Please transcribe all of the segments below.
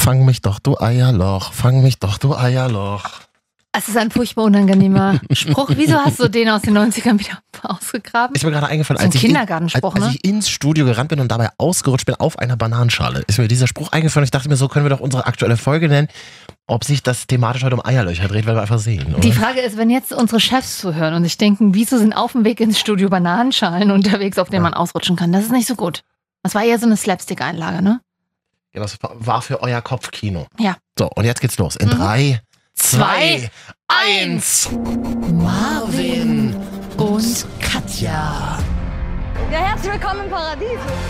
Fang mich doch, du Eierloch. Fang mich doch, du Eierloch. Es ist ein furchtbar unangenehmer Spruch. Wieso hast du den aus den 90ern wieder ausgegraben? Ist mir gerade eingefallen, so als ich ins Studio gerannt bin und dabei ausgerutscht bin auf einer Bananenschale, ist mir dieser Spruch eingefallen. Ich dachte mir, so können wir doch unsere aktuelle Folge nennen, ob sich das thematisch heute um Eierlöcher dreht, werden wir einfach sehen. Oder? Die Frage ist, wenn jetzt unsere Chefs zuhören und sich denken, wieso sind auf dem Weg ins Studio Bananenschalen unterwegs, auf denen man ausrutschen kann, das ist nicht so gut. Das war eher so eine Slapstick-Einlage, ne? Ja, das war für euer Kopfkino. Ja. So, und jetzt geht's los. In 3, 2, 1. Marvin und Katja. Ja, herzlich willkommen im Paradies.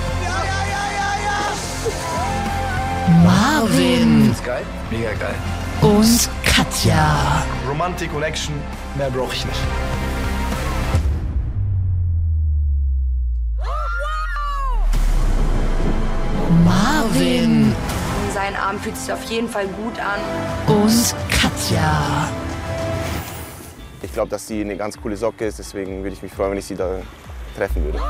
Marvin Ist geil? Mega geil. und Katja. Romantik und Action, mehr brauche ich nicht. Marvin Sein Arm fühlt sich auf jeden Fall gut an. und Katja. Ich glaube, dass sie eine ganz coole Socke ist, deswegen würde ich mich freuen, wenn ich sie da treffen würde.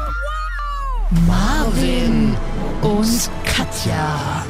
Marvin und Katja.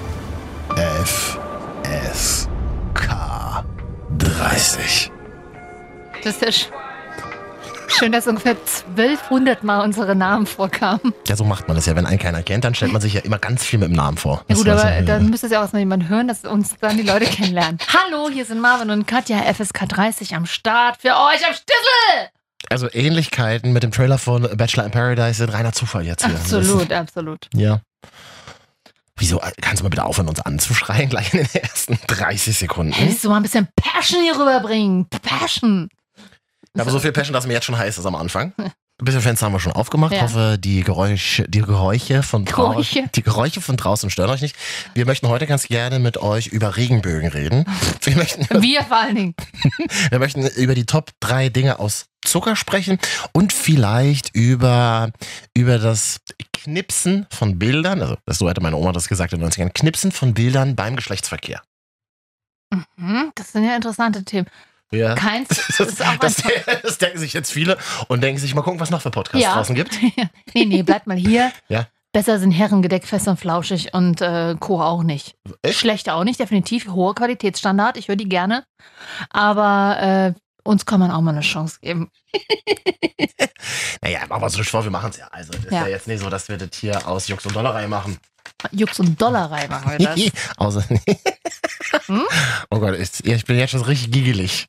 FSK 30. Das ist ja schön, dass ungefähr 1200 Mal unsere Namen vorkamen. Ja, so macht man das ja. Wenn einen keiner kennt, dann stellt man sich ja immer ganz viel mit dem Namen vor. Ja gut, aber dann müsste es ja auch erstmal jemand hören, dass uns dann die Leute kennenlernen. Hallo, hier sind Marvin und Katja, FSK 30 am Start für euch am Stissel. Also Ähnlichkeiten mit dem Trailer von Bachelor in Paradise sind reiner Zufall jetzt hier. Absolut, absolut. Ja. Wieso? Kannst du mal bitte aufhören, uns anzuschreien, gleich in den ersten 30 Sekunden? Willst du mal ein bisschen Passion hier rüberbringen? Passion. Ja, aber so viel Passion, dass mir jetzt schon heiß ist am Anfang. Ein bisschen Fenster haben wir schon aufgemacht. Ja. Hoffe, die Geräusche von draußen stören euch nicht. Wir möchten heute ganz gerne mit euch über Regenbögen reden. Wir vor allen Dingen. Wir möchten über die Top 3 Dinge aus Zucker sprechen und vielleicht über das Knipsen von Bildern, also so hätte meine Oma das gesagt in den 90ern, Knipsen von Bildern beim Geschlechtsverkehr. Das sind ja interessante Themen. Ja. Keins ist auch Das denken sich jetzt viele und denken sich, mal gucken, was noch für Podcasts draußen gibt. Nee, bleibt mal hier. Ja. Besser sind Herrengedeck, fest und flauschig und Co. auch nicht. Echt? Schlecht auch nicht, definitiv. Hoher Qualitätsstandard, ich höre die gerne. Aber uns kann man auch mal eine Chance geben. Naja, machen wir uns nicht vor, wir machen es ja. Also, das ist ja jetzt nicht so, dass wir das hier aus Jux und Dollerei machen. Jux und Dollerei machen wir das. Außer, Oh Gott, ich bin jetzt schon richtig giggelig.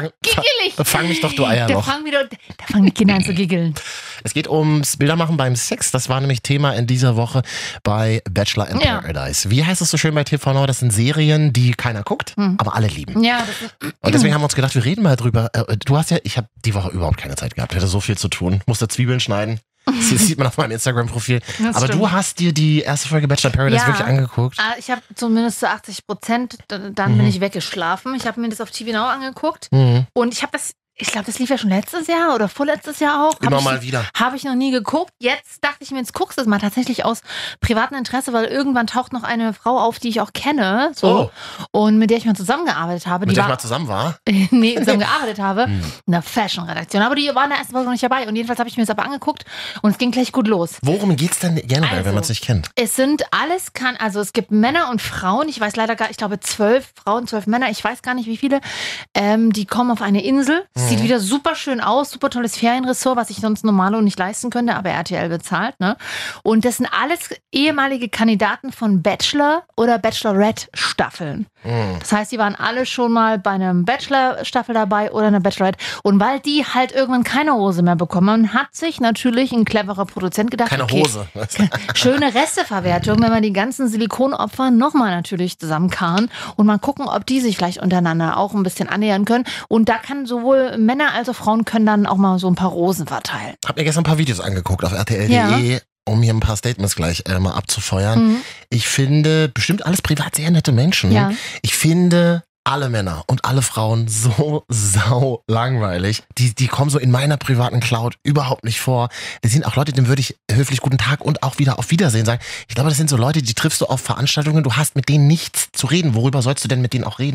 Fang mich doch, du Eierloch. Da fangen die Kinder an zu giggeln. Es geht ums Bildermachen beim Sex. Das war nämlich Thema in dieser Woche bei Bachelor in Paradise. Wie heißt es so schön bei TV Now? Das sind Serien, die keiner guckt, aber alle lieben. Ja, das ist und deswegen haben wir uns gedacht, wir reden mal drüber. Ich habe die Woche überhaupt keine Zeit gehabt. Ich hatte so viel zu tun. Musste Zwiebeln schneiden. Das sieht man auf meinem Instagram-Profil. Aber stimmt. du hast dir die erste Folge Bachelor in Paradise wirklich angeguckt. Ich habe zumindest zu 80%, dann bin ich weggeschlafen. Ich habe mir das auf TV Now angeguckt und ich glaube, das lief ja schon letztes Jahr oder vorletztes Jahr auch. Immer mal wieder. Habe ich noch nie geguckt. Jetzt dachte ich mir, jetzt guckst du es mal tatsächlich aus privatem Interesse, weil irgendwann taucht noch eine Frau auf, die ich auch kenne. So. Und mit der ich mal zusammengearbeitet habe. Mit der ich mal zusammen war? Nee, zusammengearbeitet habe. In der Fashion-Redaktion. Aber die war in der ersten Woche noch nicht dabei. Und jedenfalls habe ich mir das aber angeguct und es ging gleich gut los. Worum geht's denn generell, wenn man es nicht kennt? Es sind es gibt Männer und Frauen. Ich weiß leider gar nicht, ich glaube 12 Frauen, 12 Männer. Ich weiß gar nicht, wie viele. Die kommen auf eine Insel. Sieht wieder super schön aus, super tolles Ferienressort, was ich sonst normalo nicht leisten könnte, aber RTL bezahlt. Ne? Und das sind alles ehemalige Kandidaten von Bachelor- oder Bachelorette-Staffeln. Das heißt, die waren alle schon mal bei einem Bachelor-Staffel dabei oder einer Bachelorette. Und weil die halt irgendwann keine Hose mehr bekommen, hat sich natürlich ein cleverer Produzent gedacht, keine Hose. Schöne Resteverwertung, wenn wir die ganzen Silikonopfer nochmal natürlich zusammenkarren und mal gucken, ob die sich vielleicht untereinander auch ein bisschen annähern können. Und da kann sowohl Männer als auch Frauen können dann auch mal so ein paar Rosen verteilen. Hab mir gestern ein paar Videos angeguckt auf RTL.de, um hier ein paar Statements gleich mal abzufeuern. Ich finde bestimmt alles privat sehr nette Menschen. Ja. Ich finde alle Männer und alle Frauen so sau langweilig. Die kommen so in meiner privaten Cloud überhaupt nicht vor. Das sind auch Leute, denen würde ich höflich guten Tag und auch wieder auf Wiedersehen sagen. Ich glaube, das sind so Leute, die triffst du auf Veranstaltungen, du hast mit denen nichts zu reden. Worüber sollst du denn mit denen auch reden?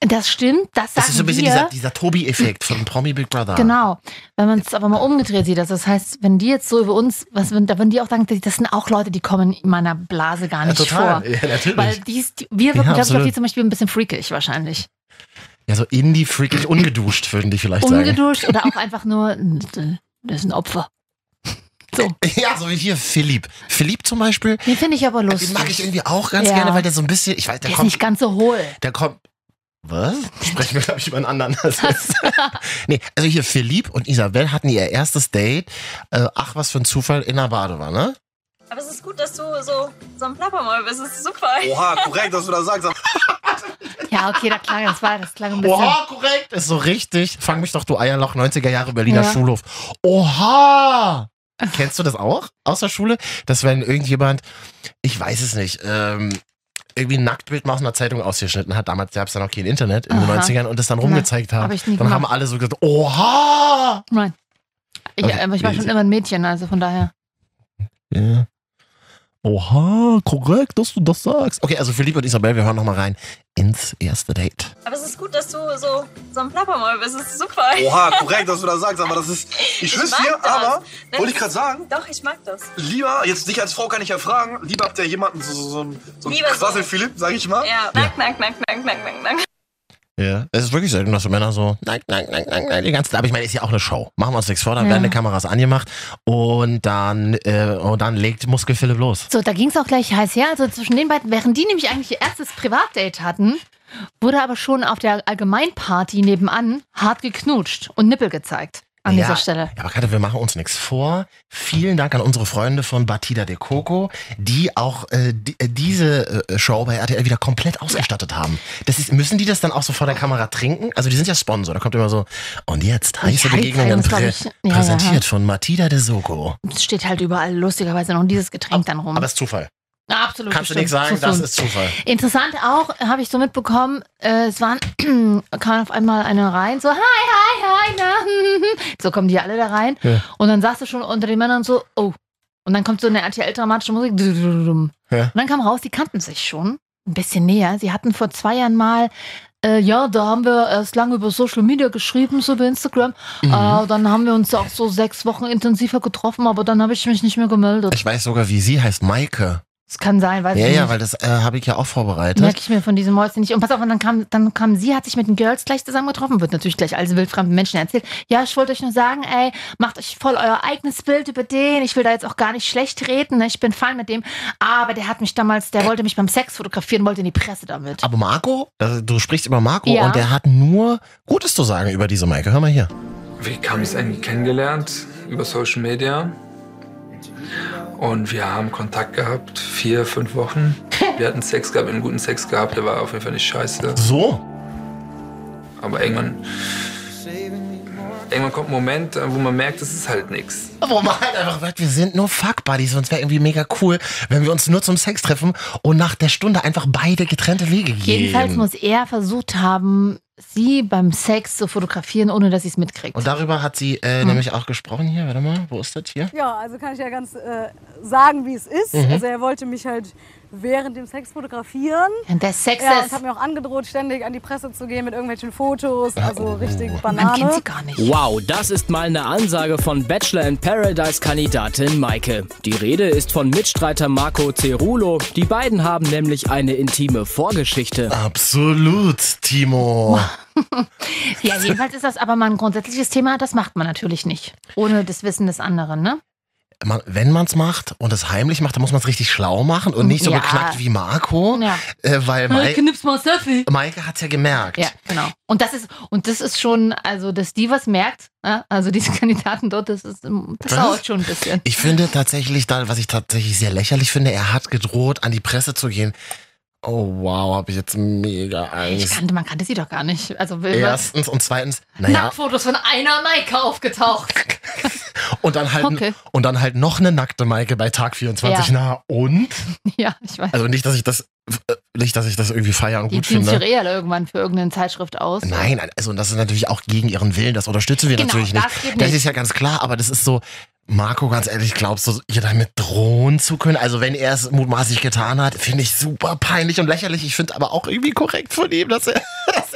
Das stimmt, das sagen Das ist so ein bisschen wir. dieser Tobi-Effekt von Promi Big Brother. Genau. Wenn man es aber mal umgedreht sieht, das heißt, wenn die jetzt so über uns, da würden die auch sagen, das sind auch Leute, die kommen in meiner Blase gar nicht total. vor. Ja, natürlich. Weil wir wirken, glaube ich, auf absolut. die zum Beispiel ein bisschen freakig wahrscheinlich. Ja, so Indie-freakig, ungeduscht, würden die vielleicht sagen. Ungeduscht oder auch einfach nur, das ist ein Opfer. So. Ja, so wie hier Philipp. Philipp zum Beispiel, Den finde ich aber lustig. den mag ich irgendwie auch ganz Ja. gerne, weil der so ein bisschen, ich weiß, Der ist nicht ganz so hohl. der kommt. Was? Sprechen wir, glaube ich, über einen anderen. Nee, also hier Philipp und Isabel hatten ihr erstes Date. Ach, was für ein Zufall in der Badewanne. Aber es ist gut, dass du so ein Plappermaul bist. Es ist super. Oha, korrekt, dass du das sagst. Ja, okay, das klang ein bisschen. Oha, korrekt. Ist so richtig. Fang mich doch, du Eierloch, 90er Jahre Berliner Ja. Schulhof. Oha! Kennst du das auch aus der Schule? Dass wenn irgendjemand, ich weiß es nicht, irgendwie ein Nacktbild mal aus einer Zeitung ausgeschnitten hat. Damals gab es dann auch kein Internet in den Aha. 90ern und das dann rumgezeigt Hab haben. ich nie Dann haben gemacht. alle so gesagt, oha! Nein. Ich Okay. war schon immer ein Mädchen, also von daher. Ja. Oha, korrekt, dass du das sagst. Okay, also Philipp und Isabel, wir hören nochmal rein ins erste Date. Aber es ist gut, dass du so ein Plappermaul bist. Es ist super. Oha, korrekt, dass du das sagst, aber das ist. Ich schwör's mag dir, das. aber, Nein, wollte ich gerade sagen, Doch, ich mag das. lieber, jetzt dich als Frau kann ich ja fragen, lieber habt ihr jemanden so ein Lieber so. Quassel-Philipp, sag ich mal. Ja, nack. Ja. Es ist wirklich selten, dass so Männer so, nein, die ganze Zeit. Aber ich meine, ist ja auch eine Show. Machen wir uns nichts vor, dann Ja. werden die Kameras angemacht und dann legt Muskel Philipp los. So, da ging es auch gleich heiß her. Also zwischen den beiden, während die nämlich eigentlich ihr erstes Privatdate hatten, wurde aber schon auf der Allgemeinparty nebenan hart geknutscht und Nippel gezeigt an dieser Stelle. Ja, aber Katja, wir machen uns nichts vor. Vielen Dank an unsere Freunde von Batida de Coco, die auch diese Show bei RTL wieder komplett ausgestattet haben. Müssen die das dann auch so vor der Kamera trinken? Also die sind ja Sponsor, da kommt immer so, und jetzt heiße Die Begegnungen Hype-Train ist, glaub ich, ja, präsentiert von Batida de Coco. Es steht halt überall lustigerweise noch dieses Getränk dann rum. Aber es ist Zufall. Absolut. Kannst du bestimmt. nichts sagen, So, das so. ist Zufall. Interessant auch, habe ich so mitbekommen, kam auf einmal eine rein, so hi, na, so kommen die alle da rein. Ja. Und dann saß du schon unter den Männern so, oh. Und dann kommt so eine RTL-dramatische Musik. Und dann kam raus, die kannten sich schon ein bisschen näher. Sie hatten vor 2 Jahren mal, da haben wir erst lange über Social Media geschrieben, so bei Instagram. Dann haben wir uns auch so 6 Wochen intensiver getroffen, aber dann habe ich mich nicht mehr gemeldet. Ich weiß sogar, wie sie heißt, Maike. Das kann sein, weiß ich Ja, nicht. ja, weil das habe ich ja auch vorbereitet. Merke ich mir von diesem Mäuschen nicht. Und pass auf, und dann kam sie, hat sich mit den Girls gleich zusammen getroffen, wird natürlich gleich alles wildfremden Menschen erzählt. Ja, ich wollte euch nur sagen, ey, macht euch voll euer eigenes Bild über den. Ich will da jetzt auch gar nicht schlecht reden, ne? Ich bin fein mit dem. Aber der wollte mich beim Sex fotografieren, wollte in die Presse damit. Aber Marco, also du sprichst über Marco Ja. und der hat nur Gutes zu sagen über diese Maike. Hör mal hier. Wie haben es eigentlich kennengelernt? Über Social Media. Und wir haben Kontakt gehabt, 4, 5 Wochen. Wir hatten Sex gehabt, einen guten Sex gehabt, der war auf jeden Fall nicht scheiße. So? Aber irgendwann kommt ein Moment, wo man merkt, das ist halt nichts. Wo man halt einfach sagt, wir sind nur Fuck-Buddies und es wäre irgendwie mega cool, wenn wir uns nur zum Sex treffen und nach der Stunde einfach beide getrennte Wege gehen. Jedenfalls muss er versucht haben, sie beim Sex zu fotografieren, ohne dass sie es mitkriegt. Und darüber hat sie nämlich auch gesprochen hier. Warte mal, wo ist das hier? Ja, also kann ich ja ganz sagen, wie es ist. Also er wollte mich halt während dem Sex fotografieren. Und der Sex Ja, ist, und hat mir auch angedroht, ständig an die Presse zu gehen mit irgendwelchen Fotos. Also richtig man kennt Banane. sie gar nicht. Wow, das ist mal eine Ansage von Bachelor in Paradise-Kandidatin Maike. Die Rede ist von Mitstreiter Marco Cerulo. Die beiden haben nämlich eine intime Vorgeschichte. Absolut, Timo. Ja, jedenfalls ist das aber mal ein grundsätzliches Thema, das macht man natürlich nicht. Ohne das Wissen des anderen, ne? Wenn man es macht und es heimlich macht, dann muss man es richtig schlau machen und nicht so Ja. beknackt wie Marco. Ja. Weil Knips mal Selfie. Maike hat es ja gemerkt. Ja, genau. Und das ist schon, also dass die was merkt, ne? Also diese Kandidaten dort, das dauert schon ein bisschen. Ich finde tatsächlich, was ich tatsächlich sehr lächerlich finde, er hat gedroht, an die Presse zu gehen. Oh wow, habe ich jetzt mega Angst. Man kannte sie doch gar nicht. Also Erstens und zweitens, naja, Nacktfotos von einer Maike aufgetaucht. und dann halt Okay. und dann halt noch eine nackte Maike bei Tag 24. Ja. Na und? Ja, ich weiß. Also nicht, dass ich das irgendwie feier und Die gut ziehen finde. Surreal irgendwann für irgendeine Zeitschrift aus. Nein, also und das ist natürlich auch gegen ihren Willen, das unterstützen wir Genau, natürlich nicht. das geht Das nicht. ist ja ganz klar, aber das ist so, Marco, ganz ehrlich, glaubst du, ihr damit drohen zu können? Also wenn er es mutmaßlich getan hat, finde ich super peinlich und lächerlich. Ich finde aber auch irgendwie korrekt von ihm, dass er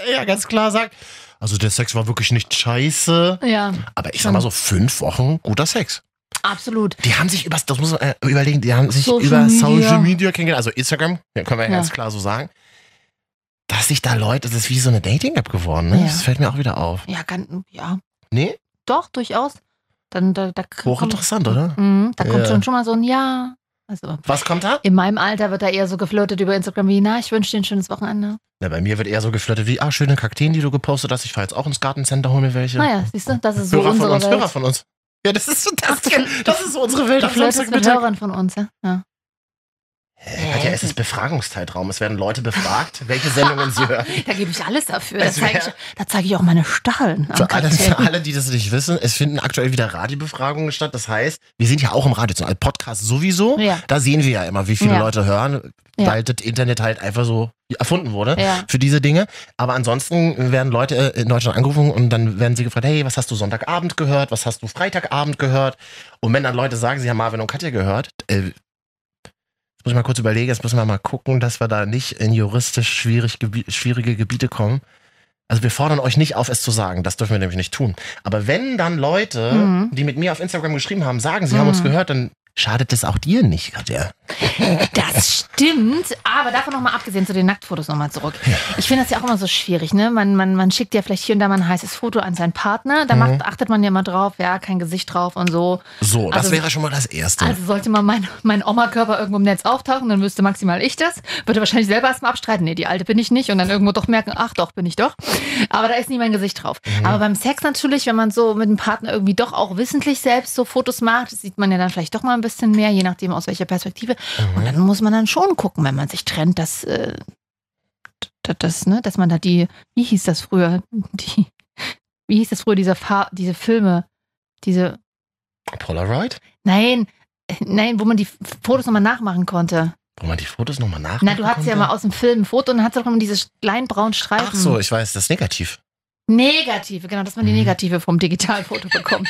ja ganz klar sagt, also der Sex war wirklich nicht scheiße. Ja. Aber ich sag mal so 5 Wochen guter Sex. Absolut. Die haben sich das muss man überlegen, die haben sich Social über Media. Social Media kennengelernt, also Instagram, können wir ja ganz klar so sagen, dass sich da Leute, das ist wie so eine Dating-App geworden, ne? Ja. Das fällt mir auch wieder auf. Ja. Nee? Doch, durchaus. Dann, da Hochinteressant, oder? Da kommt schon mal so ein Ja. Also, was kommt da? in meinem Alter wird da eher so geflirtet über Instagram wie, ich wünsche dir ein schönes Wochenende. Na, bei mir wird eher so geflirtet wie, schöne Kakteen, die du gepostet hast. Ich fahre jetzt auch ins Gartencenter, hol mir welche. Naja, siehst du, das ist so Hörer unsere von uns, Welt. Hörer von uns. Ja, das ist so das ist so unsere Welt Du am flirtest mit Samstagmittag. Hörern von uns, ja? Katja, es ist Befragungszeitraum. Es werden Leute befragt, welche Sendungen sie hören. Da gebe ich alles dafür. Es Da zeige ich auch meine Stacheln. Für alle, die das nicht wissen, es finden aktuell wieder Radiobefragungen statt. Das heißt, wir sind ja auch im Radio, als Podcast sowieso. Ja. Da sehen wir ja immer, wie viele Leute hören, weil das Internet halt einfach so erfunden wurde für diese Dinge. Aber ansonsten werden Leute in Deutschland angerufen und dann werden sie gefragt, hey, was hast du Sonntagabend gehört? Was hast du Freitagabend gehört? Und wenn dann Leute sagen, sie haben Marvin und Katja gehört, muss ich mal kurz überlegen, jetzt müssen wir mal gucken, dass wir da nicht in juristisch schwierige Gebiete kommen. Also wir fordern euch nicht auf, es zu sagen. Das dürfen wir nämlich nicht tun. Aber wenn dann Leute, die mit mir auf Instagram geschrieben haben, sagen, sie haben uns gehört, dann schadet das auch dir nicht, Katja. Das stimmt, aber davon nochmal abgesehen, zu den Nacktfotos nochmal zurück. Ja. Ich finde das ja auch immer so schwierig, ne? Man schickt ja vielleicht hier und da mal ein heißes Foto an seinen Partner, da achtet man ja mal drauf, kein Gesicht drauf und so. So, das wäre schon mal das Erste. Also sollte mal mein Oma-Körper irgendwo im Netz auftauchen, dann wüsste maximal ich das. Würde wahrscheinlich selber erstmal abstreiten, nee, die Alte bin ich nicht und dann irgendwo doch merken, ach doch, bin ich doch. Aber da ist nie mein Gesicht drauf. Aber beim Sex natürlich, wenn man so mit dem Partner irgendwie doch auch wissentlich selbst so Fotos macht, sieht man ja dann vielleicht doch mal ein bisschen mehr, je nachdem aus welcher Perspektive. Und dann muss man dann schon gucken, wenn man sich trennt, dass man da wie hieß das früher? Diese Filme, diese Polaroid? Nein, wo man die Fotos nochmal nachmachen konnte. Wo man die Fotos nochmal nachmachen konnte? Na, du hattest ja mal aus dem Film ein Foto und hattest doch immer diese kleinen braunen Streifen. Ach so, ich weiß, das ist Negativ. Negative, genau, dass man die Negative vom Digitalfoto bekommt.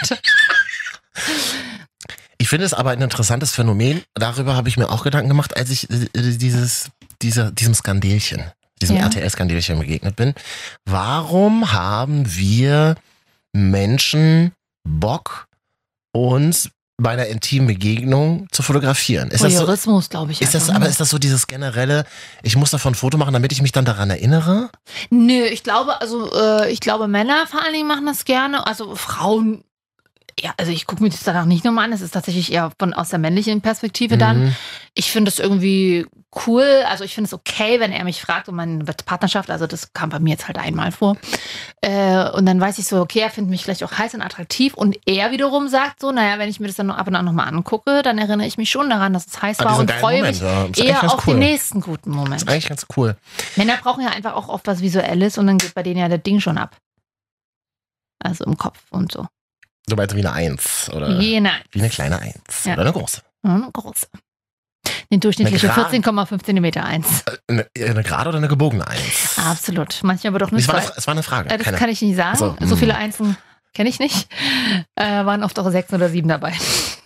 Ich finde es aber ein interessantes Phänomen. Darüber habe ich mir auch Gedanken gemacht, als ich diesem Skandelchen, diesem RTL-Skandelchen begegnet bin. Warum haben wir Menschen Bock, uns bei einer intimen Begegnung zu fotografieren? Voyeurismus, glaube ich. Ist das so dieses generelle, ich muss davon ein Foto machen, damit ich mich dann daran erinnere? Nö, ich glaube Männer vor allen Dingen machen das gerne, also Frauen. Ja, also ich gucke mir das danach nicht nochmal an. Es ist tatsächlich eher aus der männlichen Perspektive dann. Ich finde das irgendwie cool. Also ich finde es okay, wenn er mich fragt um meine Partnerschaft. Also das kam bei mir jetzt halt einmal vor. Und dann weiß ich so, okay, er findet mich vielleicht auch heiß und attraktiv. Und er wiederum sagt so, naja, wenn ich mir das dann ab und an nochmal angucke, dann erinnere ich mich schon daran, dass es heiß war und freue mich eher auf den nächsten guten Moment. Das ist eigentlich ganz cool. Männer brauchen ja einfach auch oft was Visuelles und dann geht bei denen ja das Ding schon ab. Also im Kopf und so. Du meinst wie eine 1 oder wie eine kleine 1 oder eine große? Eine große. Eine durchschnittliche 14,5 cm 1. Eine gerade oder eine gebogene 1? Absolut. Manchmal aber doch nicht. Es war eine Frage. Das kann ich nicht sagen. So viele Einsen kenne ich nicht. Waren oft auch 6 oder 7 dabei.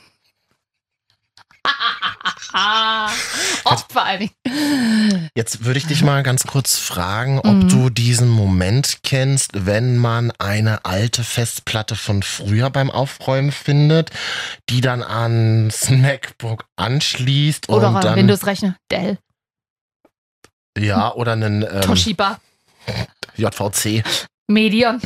Oft vor allen Dingen. Jetzt würde ich dich mal ganz kurz fragen, ob du diesen Moment kennst, wenn man eine alte Festplatte von früher beim Aufräumen findet, die dann ans MacBook anschließt. Oder und an dann Windows-Rechner. Dell. Ja, oder einen Toshiba. JVC. Medion.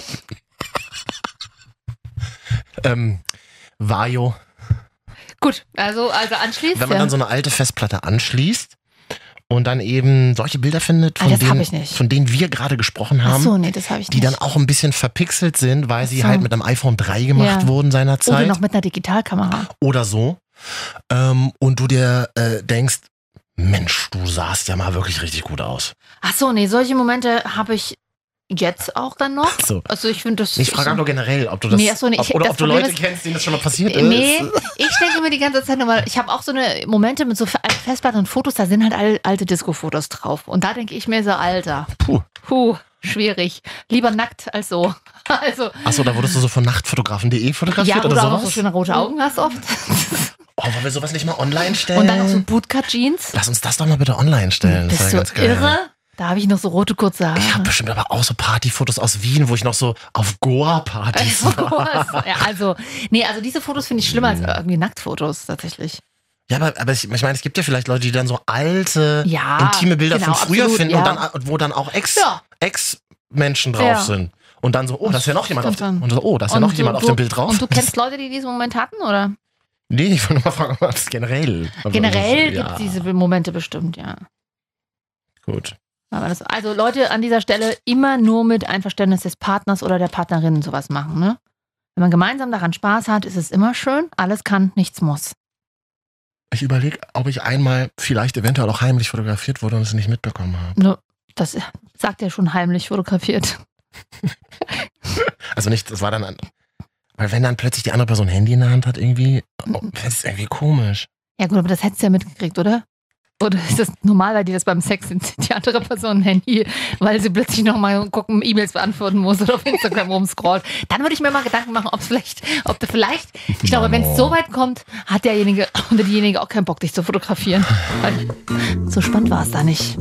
Vario. Gut, also anschließt. Wenn man dann so eine alte Festplatte anschließt und dann eben solche Bilder findet, von denen wir gerade gesprochen haben, ach so, nee, das habe ich die nicht. dann auch ein bisschen verpixelt sind, weil sie halt mit einem iPhone 3 gemacht wurden seinerzeit. Oder noch mit einer Digitalkamera. Oder so. Und du dir denkst, Mensch, du sahst ja mal wirklich richtig gut aus. Ach so, nee, solche Momente habe ich jetzt auch dann noch. So. Also ich finde das. Ich frage auch nur generell, ob du das. Ob du Leute kennst, denen das schon mal passiert ist. Nee, ich denke mir die ganze Zeit nur, ich habe auch so eine Momente mit so Festplatten und Fotos, da sind halt alte Disco-Fotos drauf. Und da denke ich mir so, Alter. Puh, schwierig. Lieber nackt als so. Also. Achso, da wurdest du so von nachtfotografen.de fotografiert oder sowas? Ja, wo du auch so schöne rote Augen hast oft. Oh, wollen wir sowas nicht mal online stellen? Und dann auch so Bootcut-Jeans. Lass uns das doch mal bitte online stellen. Bist das du ganz geil. irre? Da habe ich noch so rote kurze Haare. Ich habe bestimmt aber auch so Partyfotos aus Wien, wo ich noch so auf Goa-Partys war. Ja, also diese Fotos finde ich schlimmer als irgendwie Nacktfotos tatsächlich. Ja, aber ich meine, es gibt ja vielleicht Leute, die dann so alte, intime Bilder von früher absolut, finden und dann, wo dann auch Ex-Menschen drauf sind. Und dann so, oh, da ist ja noch jemand auf dem Bild drauf. Und du kennst Leute, die diesen Moment hatten, oder? Nee, ich wollte mal fragen, ob es generell. Generell gibt es diese Momente bestimmt, ja. Gut. Also Leute, an dieser Stelle immer nur mit Einverständnis des Partners oder der Partnerin sowas machen, ne? Wenn man gemeinsam daran Spaß hat, ist es immer schön. Alles kann, nichts muss. Ich überlege, ob ich einmal vielleicht eventuell auch heimlich fotografiert wurde und es nicht mitbekommen habe. Das sagt ja schon heimlich fotografiert. Also nicht, das war dann, weil wenn dann plötzlich die andere Person ein Handy in der Hand hat, irgendwie, das ist irgendwie komisch. Ja gut, aber das hättest du ja mitgekriegt, oder? Oder ist das normal, weil die das beim Sex sind, die andere Person ein Handy, weil sie plötzlich nochmal gucken, E-Mails beantworten muss oder auf Instagram rumscrollt. Dann würde ich mir mal Gedanken machen, ich glaube, wenn es so weit kommt, hat derjenige oder diejenige auch keinen Bock, dich zu fotografieren. Weil so spannend war es da nicht.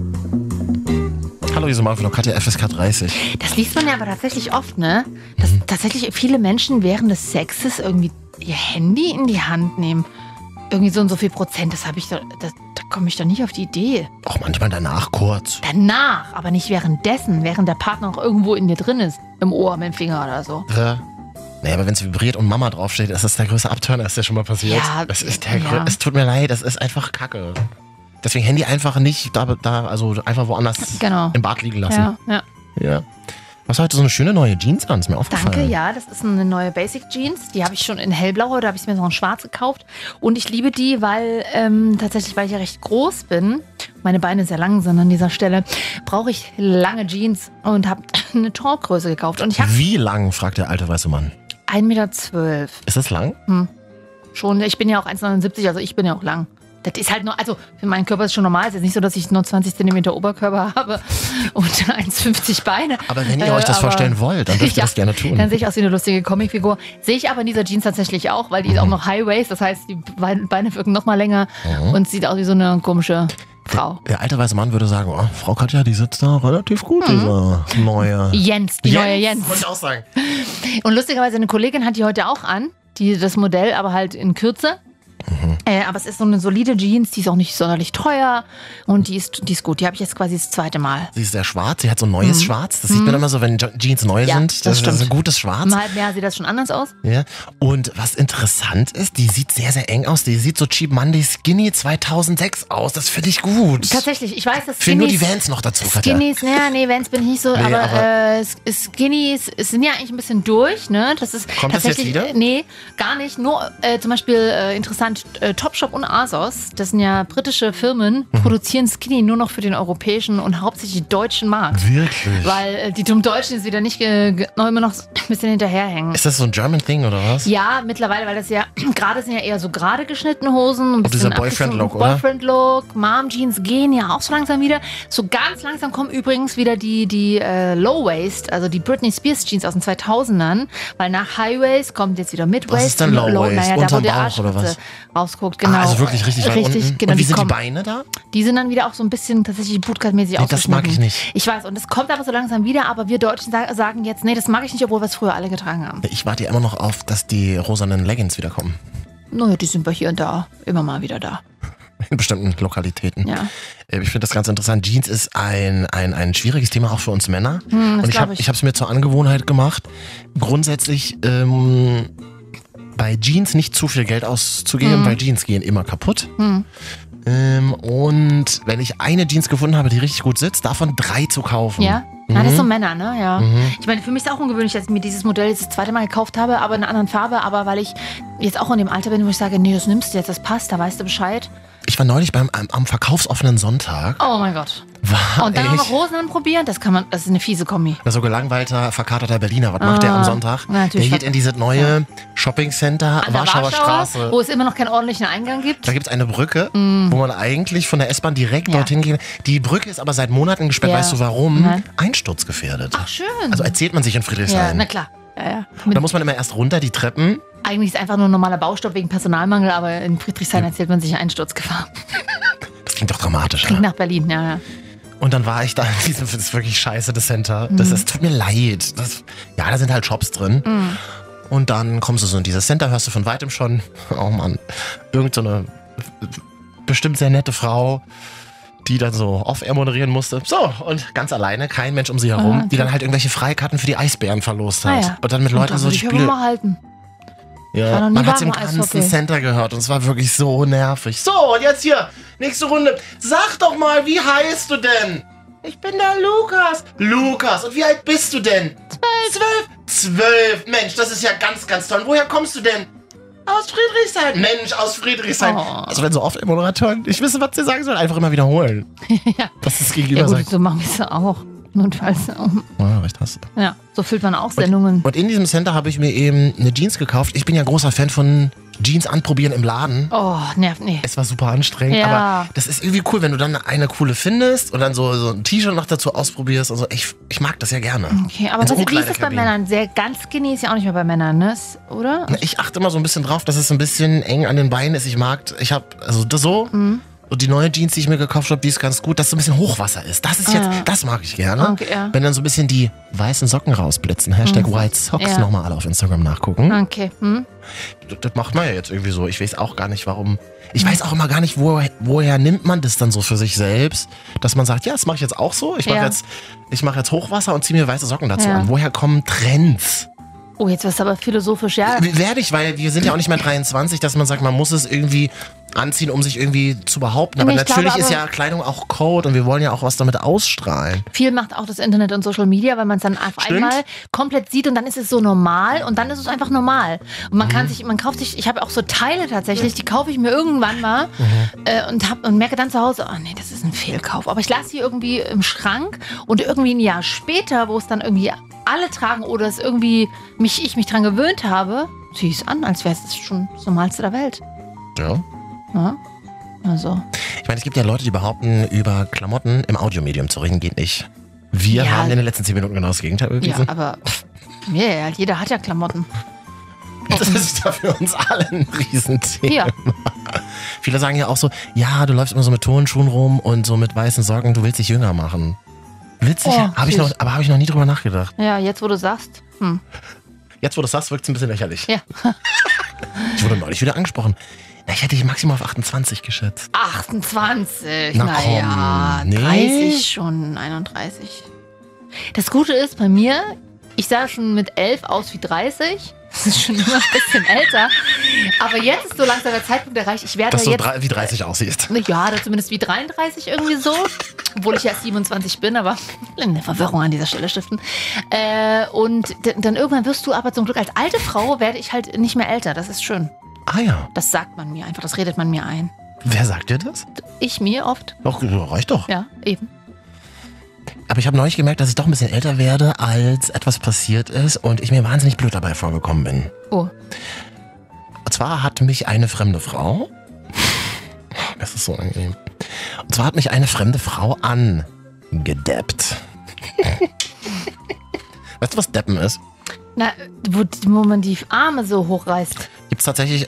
Hallo, hier ist Marvin und Katja, FSK 30. Das liest man ja aber tatsächlich oft, ne? Dass tatsächlich viele Menschen während des Sexes irgendwie ihr Handy in die Hand nehmen. Irgendwie so und so viel Prozent, da komme ich doch nicht auf die Idee. Auch manchmal danach kurz. Danach, aber nicht währenddessen, während der Partner auch irgendwo in dir drin ist. Im Ohr, mit dem Finger oder so. Naja, aber wenn es vibriert und Mama draufsteht, ist das der größte Abturner, ist ja schon mal passiert. Ja, es tut mir leid, das ist einfach Kacke. Deswegen Handy einfach nicht also einfach woanders im Bad liegen lassen. Ja. Du hast heute so eine schöne neue Jeans an, ist mir aufgefallen. Danke, ja, das ist eine neue Basic Jeans. Die habe ich schon in hellblau, da habe ich mir so in schwarz gekauft. Und ich liebe die, weil weil ich ja recht groß bin, meine Beine sehr lang sind an dieser Stelle, brauche ich lange Jeans und habe eine Topgröße gekauft. Und Wie lang, fragt der alte weiße Mann. 1,12 Meter. Ist das lang? Schon, ich bin ja auch 1,79, also ich bin ja auch lang. Das ist halt nur, also für meinen Körper ist schon normal. Es ist jetzt nicht so, dass ich nur 20 cm Oberkörper habe und 1,50 Beine. Aber wenn ihr euch das vorstellen wollt, dann dürft ihr das gerne tun. Dann sehe ich aus wie eine lustige Comicfigur. Sehe ich aber in dieser Jeans tatsächlich auch, weil die ist auch noch High-Waist. Das heißt, die Beine wirken noch mal länger und sieht aus wie so eine komische Frau. Der alte weiße Mann würde sagen, oh, Frau Katja, die sitzt da relativ gut, dieser neue. Neue Jens. Wollte ich auch sagen. Und lustigerweise eine Kollegin hat die heute auch an, das Modell, aber halt in Kürze. Aber es ist so eine solide Jeans, die ist auch nicht sonderlich teuer und die ist gut. Die habe ich jetzt quasi das zweite Mal. Sie ist sehr schwarz, sie hat so ein neues Schwarz. Das sieht man immer so, wenn Jeans neu sind. Das ist ein gutes Schwarz. Im halben Jahr sieht das schon anders aus. Ja. Und was interessant ist, die sieht sehr, sehr eng aus. Die sieht so Cheap Monday Skinny 2006 aus. Das finde ich gut. Tatsächlich, ich weiß, dass Skinnies... nur die Vans noch dazu. Skinnies, nee, Vans bin ich nicht so. Nee, aber Skinnies sind ja eigentlich ein bisschen durch. Ne? Das ist kommt das jetzt wieder? Nee, gar nicht. Nur zum Beispiel interessant, Topshop und ASOS, das sind ja britische Firmen, produzieren Skinny nur noch für den europäischen und hauptsächlich deutschen Markt. Wirklich? Weil die Deutschen jetzt wieder nicht noch immer noch ein bisschen hinterherhängen. Ist das so ein German Thing oder was? Ja, mittlerweile, weil das ja gerade sind ja eher so gerade geschnittene Hosen. Und dieser Boyfriend-Look, oder? Boyfriend-Look, Mom-Jeans gehen ja auch so langsam wieder. So ganz langsam kommen übrigens wieder die Low-Waist, also die Britney Spears-Jeans aus den 2000ern, weil nach High-Waist kommt jetzt wieder Mid-Waist. Was ist denn Low-Waist? Naja, da wo der Bauch oder was? Rausguckt, genau. Also wirklich richtig weit unten? Genau, und wie sind die Beine da? Die sind dann wieder auch so ein bisschen tatsächlich Bootcut-mäßig ausgeschnitten. Das mag ich nicht. Ich weiß, und es kommt aber so langsam wieder, aber wir Deutschen sagen jetzt, nee, das mag ich nicht, obwohl wir es früher alle getragen haben. Ich warte ja immer noch auf, dass die rosanen Leggings wiederkommen. Naja, die sind bei hier und da immer mal wieder da. In bestimmten Lokalitäten. Ja. Ich finde das ganz interessant. Jeans ist ein schwieriges Thema auch für uns Männer. Und ich habe es mir zur Angewohnheit gemacht, grundsätzlich bei Jeans nicht zu viel Geld auszugeben, weil Jeans gehen immer kaputt. Und wenn ich eine Jeans gefunden habe, die richtig gut sitzt, davon 3 zu kaufen. Ja? Ja, das sind Männer, ne? Ja. Ich meine, für mich ist es auch ungewöhnlich, dass ich mir dieses Modell jetzt das zweite Mal gekauft habe, aber in einer anderen Farbe. Aber weil ich jetzt auch in dem Alter bin, wo ich sage, nee, das nimmst du jetzt, das passt, da weißt du Bescheid. Ich war neulich am verkaufsoffenen Sonntag. Oh mein Gott. Und dann noch Hosen anprobieren, das ist eine fiese Kombi. So gelangweilter, verkaterter Berliner, was macht der am Sonntag? Der geht in dieses neue Shoppingcenter Warschauer Straße. Wo es immer noch keinen ordentlichen Eingang gibt. Da gibt es eine Brücke, wo man eigentlich von der S-Bahn direkt dorthin geht. Die Brücke ist aber seit Monaten gesperrt. Weißt du warum? Einsturzgefährdet. Ach, schön. Also erzählt man sich in Friedrichshain. Ja, na klar. Ja. Da muss man immer erst runter, die Treppen. Eigentlich ist es einfach nur ein normaler Baustopp wegen Personalmangel, aber in Friedrichshain erzählt man sich Einsturzgefahr. Das klingt doch dramatisch. Klingt nach Berlin, ja. Und dann war ich da in diesem, das ist wirklich scheiße, das Center. Das tut mir leid. Da sind halt Shops drin. Und dann kommst du so in dieses Center, hörst du von weitem schon, oh Mann, irgend so eine bestimmt sehr nette Frau, die dann so off-air moderieren musste. So, und ganz alleine, kein Mensch um sie herum, die dann halt irgendwelche Freikarten für die Eisbären verlost hat. Ja. Und dann mit Leuten so die Spiele... Mal halten. Ja, man hat es im ganzen Center gehört und es war wirklich so nervig. So, und jetzt hier, nächste Runde. Sag doch mal, wie heißt du denn? Ich bin der Lukas. Lukas, und wie alt bist du denn? 12. Mensch, das ist ja ganz, ganz toll. Und woher kommst du denn? Aus Friedrichshain. Mensch, aus Friedrichshain. Also wenn so oft Moderatoren nicht wissen, was sie sagen sollen, einfach immer wiederholen. Ja. Was das Gegenüber sagt. So machen wir es auch. Notfalls. Ja, recht hast du. Ja, so füllt man auch Sendungen. Und in diesem Center habe ich mir eben eine Jeans gekauft. Ich bin ja großer Fan von Jeans anprobieren im Laden. Oh, nervt, nee. Es war super anstrengend, Ja. aber das ist irgendwie cool, wenn du dann eine coole findest und dann so ein T-Shirt noch dazu ausprobierst. Also ich mag das ja gerne. Okay, aber wie ist das bei Männern? Sehr ganz skinny ist ja auch nicht mehr bei Männern, ne? Oder? Ich achte immer so ein bisschen drauf, dass es so ein bisschen eng an den Beinen ist. Ich habe also das so. Und die neue Jeans, die ich mir gekauft habe, die ist ganz gut, dass so ein bisschen Hochwasser ist. Das ist jetzt, das mag ich gerne. Okay, ja. Wenn dann so ein bisschen die weißen Socken rausblitzen. Hashtag White Socks nochmal alle auf Instagram nachgucken. Okay. Das macht man ja jetzt irgendwie so. Ich weiß auch gar nicht, warum. Ich weiß auch immer gar nicht, woher nimmt man das dann so für sich selbst, dass man sagt, ja, das mache ich jetzt auch so. Ich mache jetzt Hochwasser und ziehe mir weiße Socken dazu an. Woher kommen Trends? Oh, jetzt wirst du aber philosophisch, ja. Werde ich, weil wir sind ja auch nicht mehr 23, dass man sagt, man muss es irgendwie anziehen, um sich irgendwie zu behaupten. Aber natürlich ist ja Kleidung auch Code und wir wollen ja auch was damit ausstrahlen. Viel macht auch das internet und Social Media, weil man es dann auf einmal komplett sieht und dann ist es so normal und dann ist es einfach normal. Und man kauft sich, ich habe auch so Teile tatsächlich, die kaufe ich mir irgendwann mal und merke dann zu Hause, oh nee, das ist ein Fehlkauf. Aber ich lasse sie irgendwie im Schrank und irgendwie ein Jahr später, wo es dann irgendwie alle tragen oder es irgendwie ich mich dran gewöhnt habe, ziehe ich es an, als wäre es schon das Normalste der Welt. Ja. Ja, also. Ich meine, es gibt ja Leute, die behaupten, über Klamotten im Audiomedium zu reden, geht nicht. Wir haben in den letzten 10 Minuten genau das Gegenteil bewiesen. Ja, aber jeder hat ja Klamotten. Das ist ja für uns alle ein Riesenthema. Ja. Viele sagen ja auch so, ja, du läufst immer so mit Turnschuhen rum und so mit weißen Socken, du willst dich jünger machen. Witzig, habe ich noch nie drüber nachgedacht. Ja, jetzt wo du sagst. Jetzt wo du sagst, wirkt es ein bisschen lächerlich. Ja. Ich wurde neulich wieder angesprochen. Ja, ich hätte dich maximal auf 28 geschätzt. 28? Na naja, komm, nee. 30 schon, 31. Das Gute ist, bei mir, ich sah schon mit 11 aus wie 30. Das ist schon immer ein bisschen älter. Aber jetzt ist so langsam der Zeitpunkt erreicht. Ich werde dass jetzt... du wie 30 aussiehst. Ja, oder zumindest wie 33 irgendwie so. Obwohl ich erst 27 bin, aber eine Verwirrung an dieser Stelle stiften. Und dann irgendwann wirst du aber zum Glück als alte Frau werde ich halt nicht mehr älter. Das ist schön. Ah ja. Das sagt man mir einfach, das redet man mir ein. Wer sagt dir das? Ich mir oft. Doch, reicht doch. Ja, eben. Aber ich habe neulich gemerkt, dass ich doch ein bisschen älter werde, als etwas passiert ist und ich mir wahnsinnig blöd dabei vorgekommen bin. Oh. Und zwar hat mich eine fremde Frau, das ist so angenehm, und zwar hat mich eine fremde Frau angedappt. Weißt du, was Deppen ist? Na, wo man die Arme so hochreißt. Gibt es tatsächlich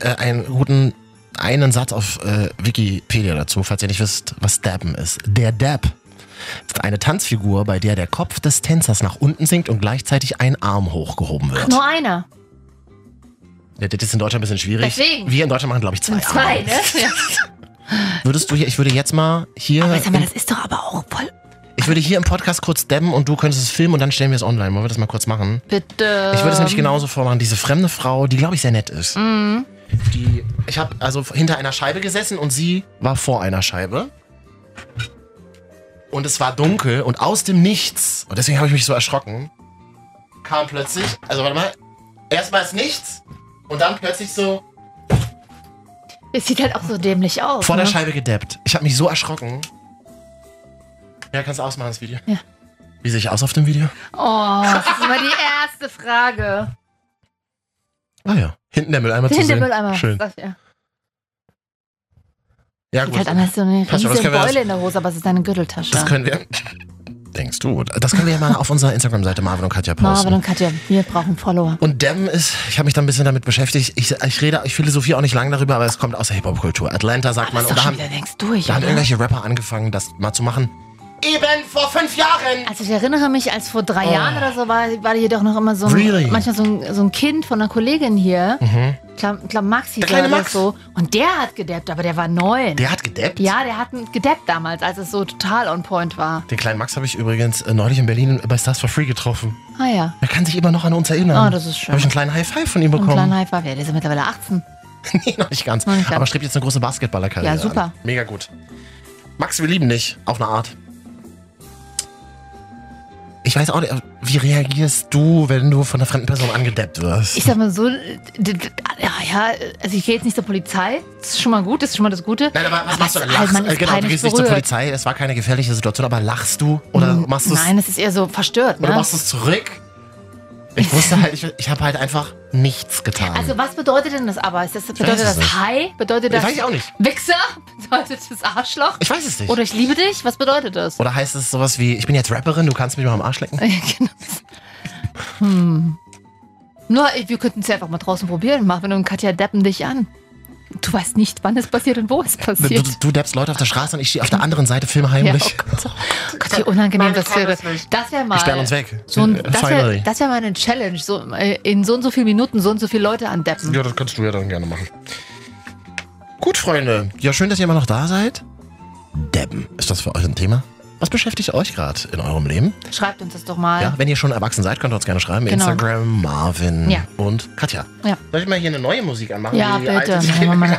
einen Satz auf Wikipedia dazu, falls ihr nicht wisst, was Dappen ist. Der Dab ist eine Tanzfigur, bei der der Kopf des Tänzers nach unten sinkt und gleichzeitig ein Arm hochgehoben wird. Ach, nur einer. Ja, das ist in Deutschland ein bisschen schwierig. Deswegen. Wir in Deutschland machen, glaube ich, 2 Arme. 2, ne? Ja. Ich würde jetzt mal hier... Aber sag mal, das ist doch aber auch voll... Ich würde hier im Podcast kurz dabben und du könntest es filmen und dann stellen wir es online. Wollen wir das mal kurz machen? Bitte. Ich würde es nämlich genauso vormachen. Diese fremde Frau, die, glaube ich, sehr nett ist. Mhm. Ich habe also hinter einer Scheibe gesessen und sie war vor einer Scheibe. Und es war dunkel und aus dem Nichts, und deswegen habe ich mich so erschrocken, kam plötzlich, also warte mal, erstmal ist nichts und dann plötzlich so... Es sieht halt auch so dämlich aus. Vor der Scheibe gedappt. Ich habe mich so erschrocken. Ja, kannst du ausmachen, das Video? Ja. Wie sehe ich aus auf dem Video? Oh, das ist immer die erste Frage. Ah ja, hinten der Mülleimer zu sehen. Hinten der Mülleimer. Schön. Ja. Ja, Sieht gut. halt an, hast du eine Passt schon, riesige das können wir Beule in der Hose, aber es ist deine Gürteltasche. Das können wir... Denkst du? Das können wir ja mal auf unserer Instagram-Seite Marvin und Katja posten. Marvin und Katja, wir brauchen Follower. Und Dem ist, ich habe mich da ein bisschen damit beschäftigt. Ich philosophiere auch nicht lange darüber, aber es kommt aus der Hip-Hop-Kultur. Atlanta sagt man. Und da haben irgendwelche Rapper angefangen, das mal zu machen. Eben vor 5 Jahren. Also ich erinnere mich, als vor 3 Jahren oder so war hier doch noch immer so manchmal so ein Kind von einer Kollegin hier. Ich glaube, Maxi der kleine Max. So. Und der hat gedappt, aber der war 9. Der hat gedappt? Ja, der hat gedappt damals, als es so total on point war. Den kleinen Max habe ich übrigens neulich in Berlin bei Stars for Free getroffen. Ah ja. Er kann sich immer noch an uns erinnern. Oh, das ist schön. Habe ich einen kleinen High Five von ihm bekommen. Einen kleinen High Five, ja, der ist ja mittlerweile 18. Nee, noch nicht ganz. Aber strebt jetzt eine große Basketballerkarriere Ja, super. an. Mega gut. Max, wir lieben dich. Auf eine Art. Ich weiß auch nicht, wie reagierst du, wenn du von einer fremden Person angedappt wirst? Ich sag mal so, also ich gehe jetzt nicht zur Polizei. Das ist schon mal gut, das ist schon mal das Gute. Nein, aber was machst du? Halt, man ist genau, du gehst nicht zur Polizei, es war keine gefährliche Situation, aber lachst du? Oder machst du es? Nein, das ist eher so verstört. Oder machst du es zurück? Ich wusste halt, ich habe halt einfach nichts getan. Also was bedeutet denn das aber? Bedeutet das Hi? Bedeutet das weiß ich auch nicht. Wichser? Bedeutet das Arschloch? Ich weiß es nicht. Oder ich liebe dich? Was bedeutet das? Oder heißt es sowas wie, ich bin jetzt Rapperin, du kannst mich mal am Arsch lecken? Genau. Nur, wir könnten es ja einfach mal draußen probieren. Marvin und Katja dappen dich an. Du weißt nicht, wann es passiert und wo es passiert. Du dappst Leute auf der Straße und ich stehe auf der anderen Seite, film heimlich. Ja, oh Gott, wie unangenehm das wäre. Das wäre mal. Wir sperren uns weg. Das wäre mal eine Challenge. So, in so und so vielen Minuten so und so viele Leute andappen. Ja, das kannst du ja dann gerne machen. Gut, Freunde. Ja, schön, dass ihr immer noch da seid. Dabben. Ist das für euch ein Thema? Was beschäftigt euch gerade in eurem Leben? Schreibt uns das doch mal. Ja, wenn ihr schon erwachsen seid, könnt ihr uns gerne schreiben. Genau. Instagram, Marvin und Katja. Ja. Soll ich mal hier eine neue Musik anmachen? Ja, bitte. Ich ja, mal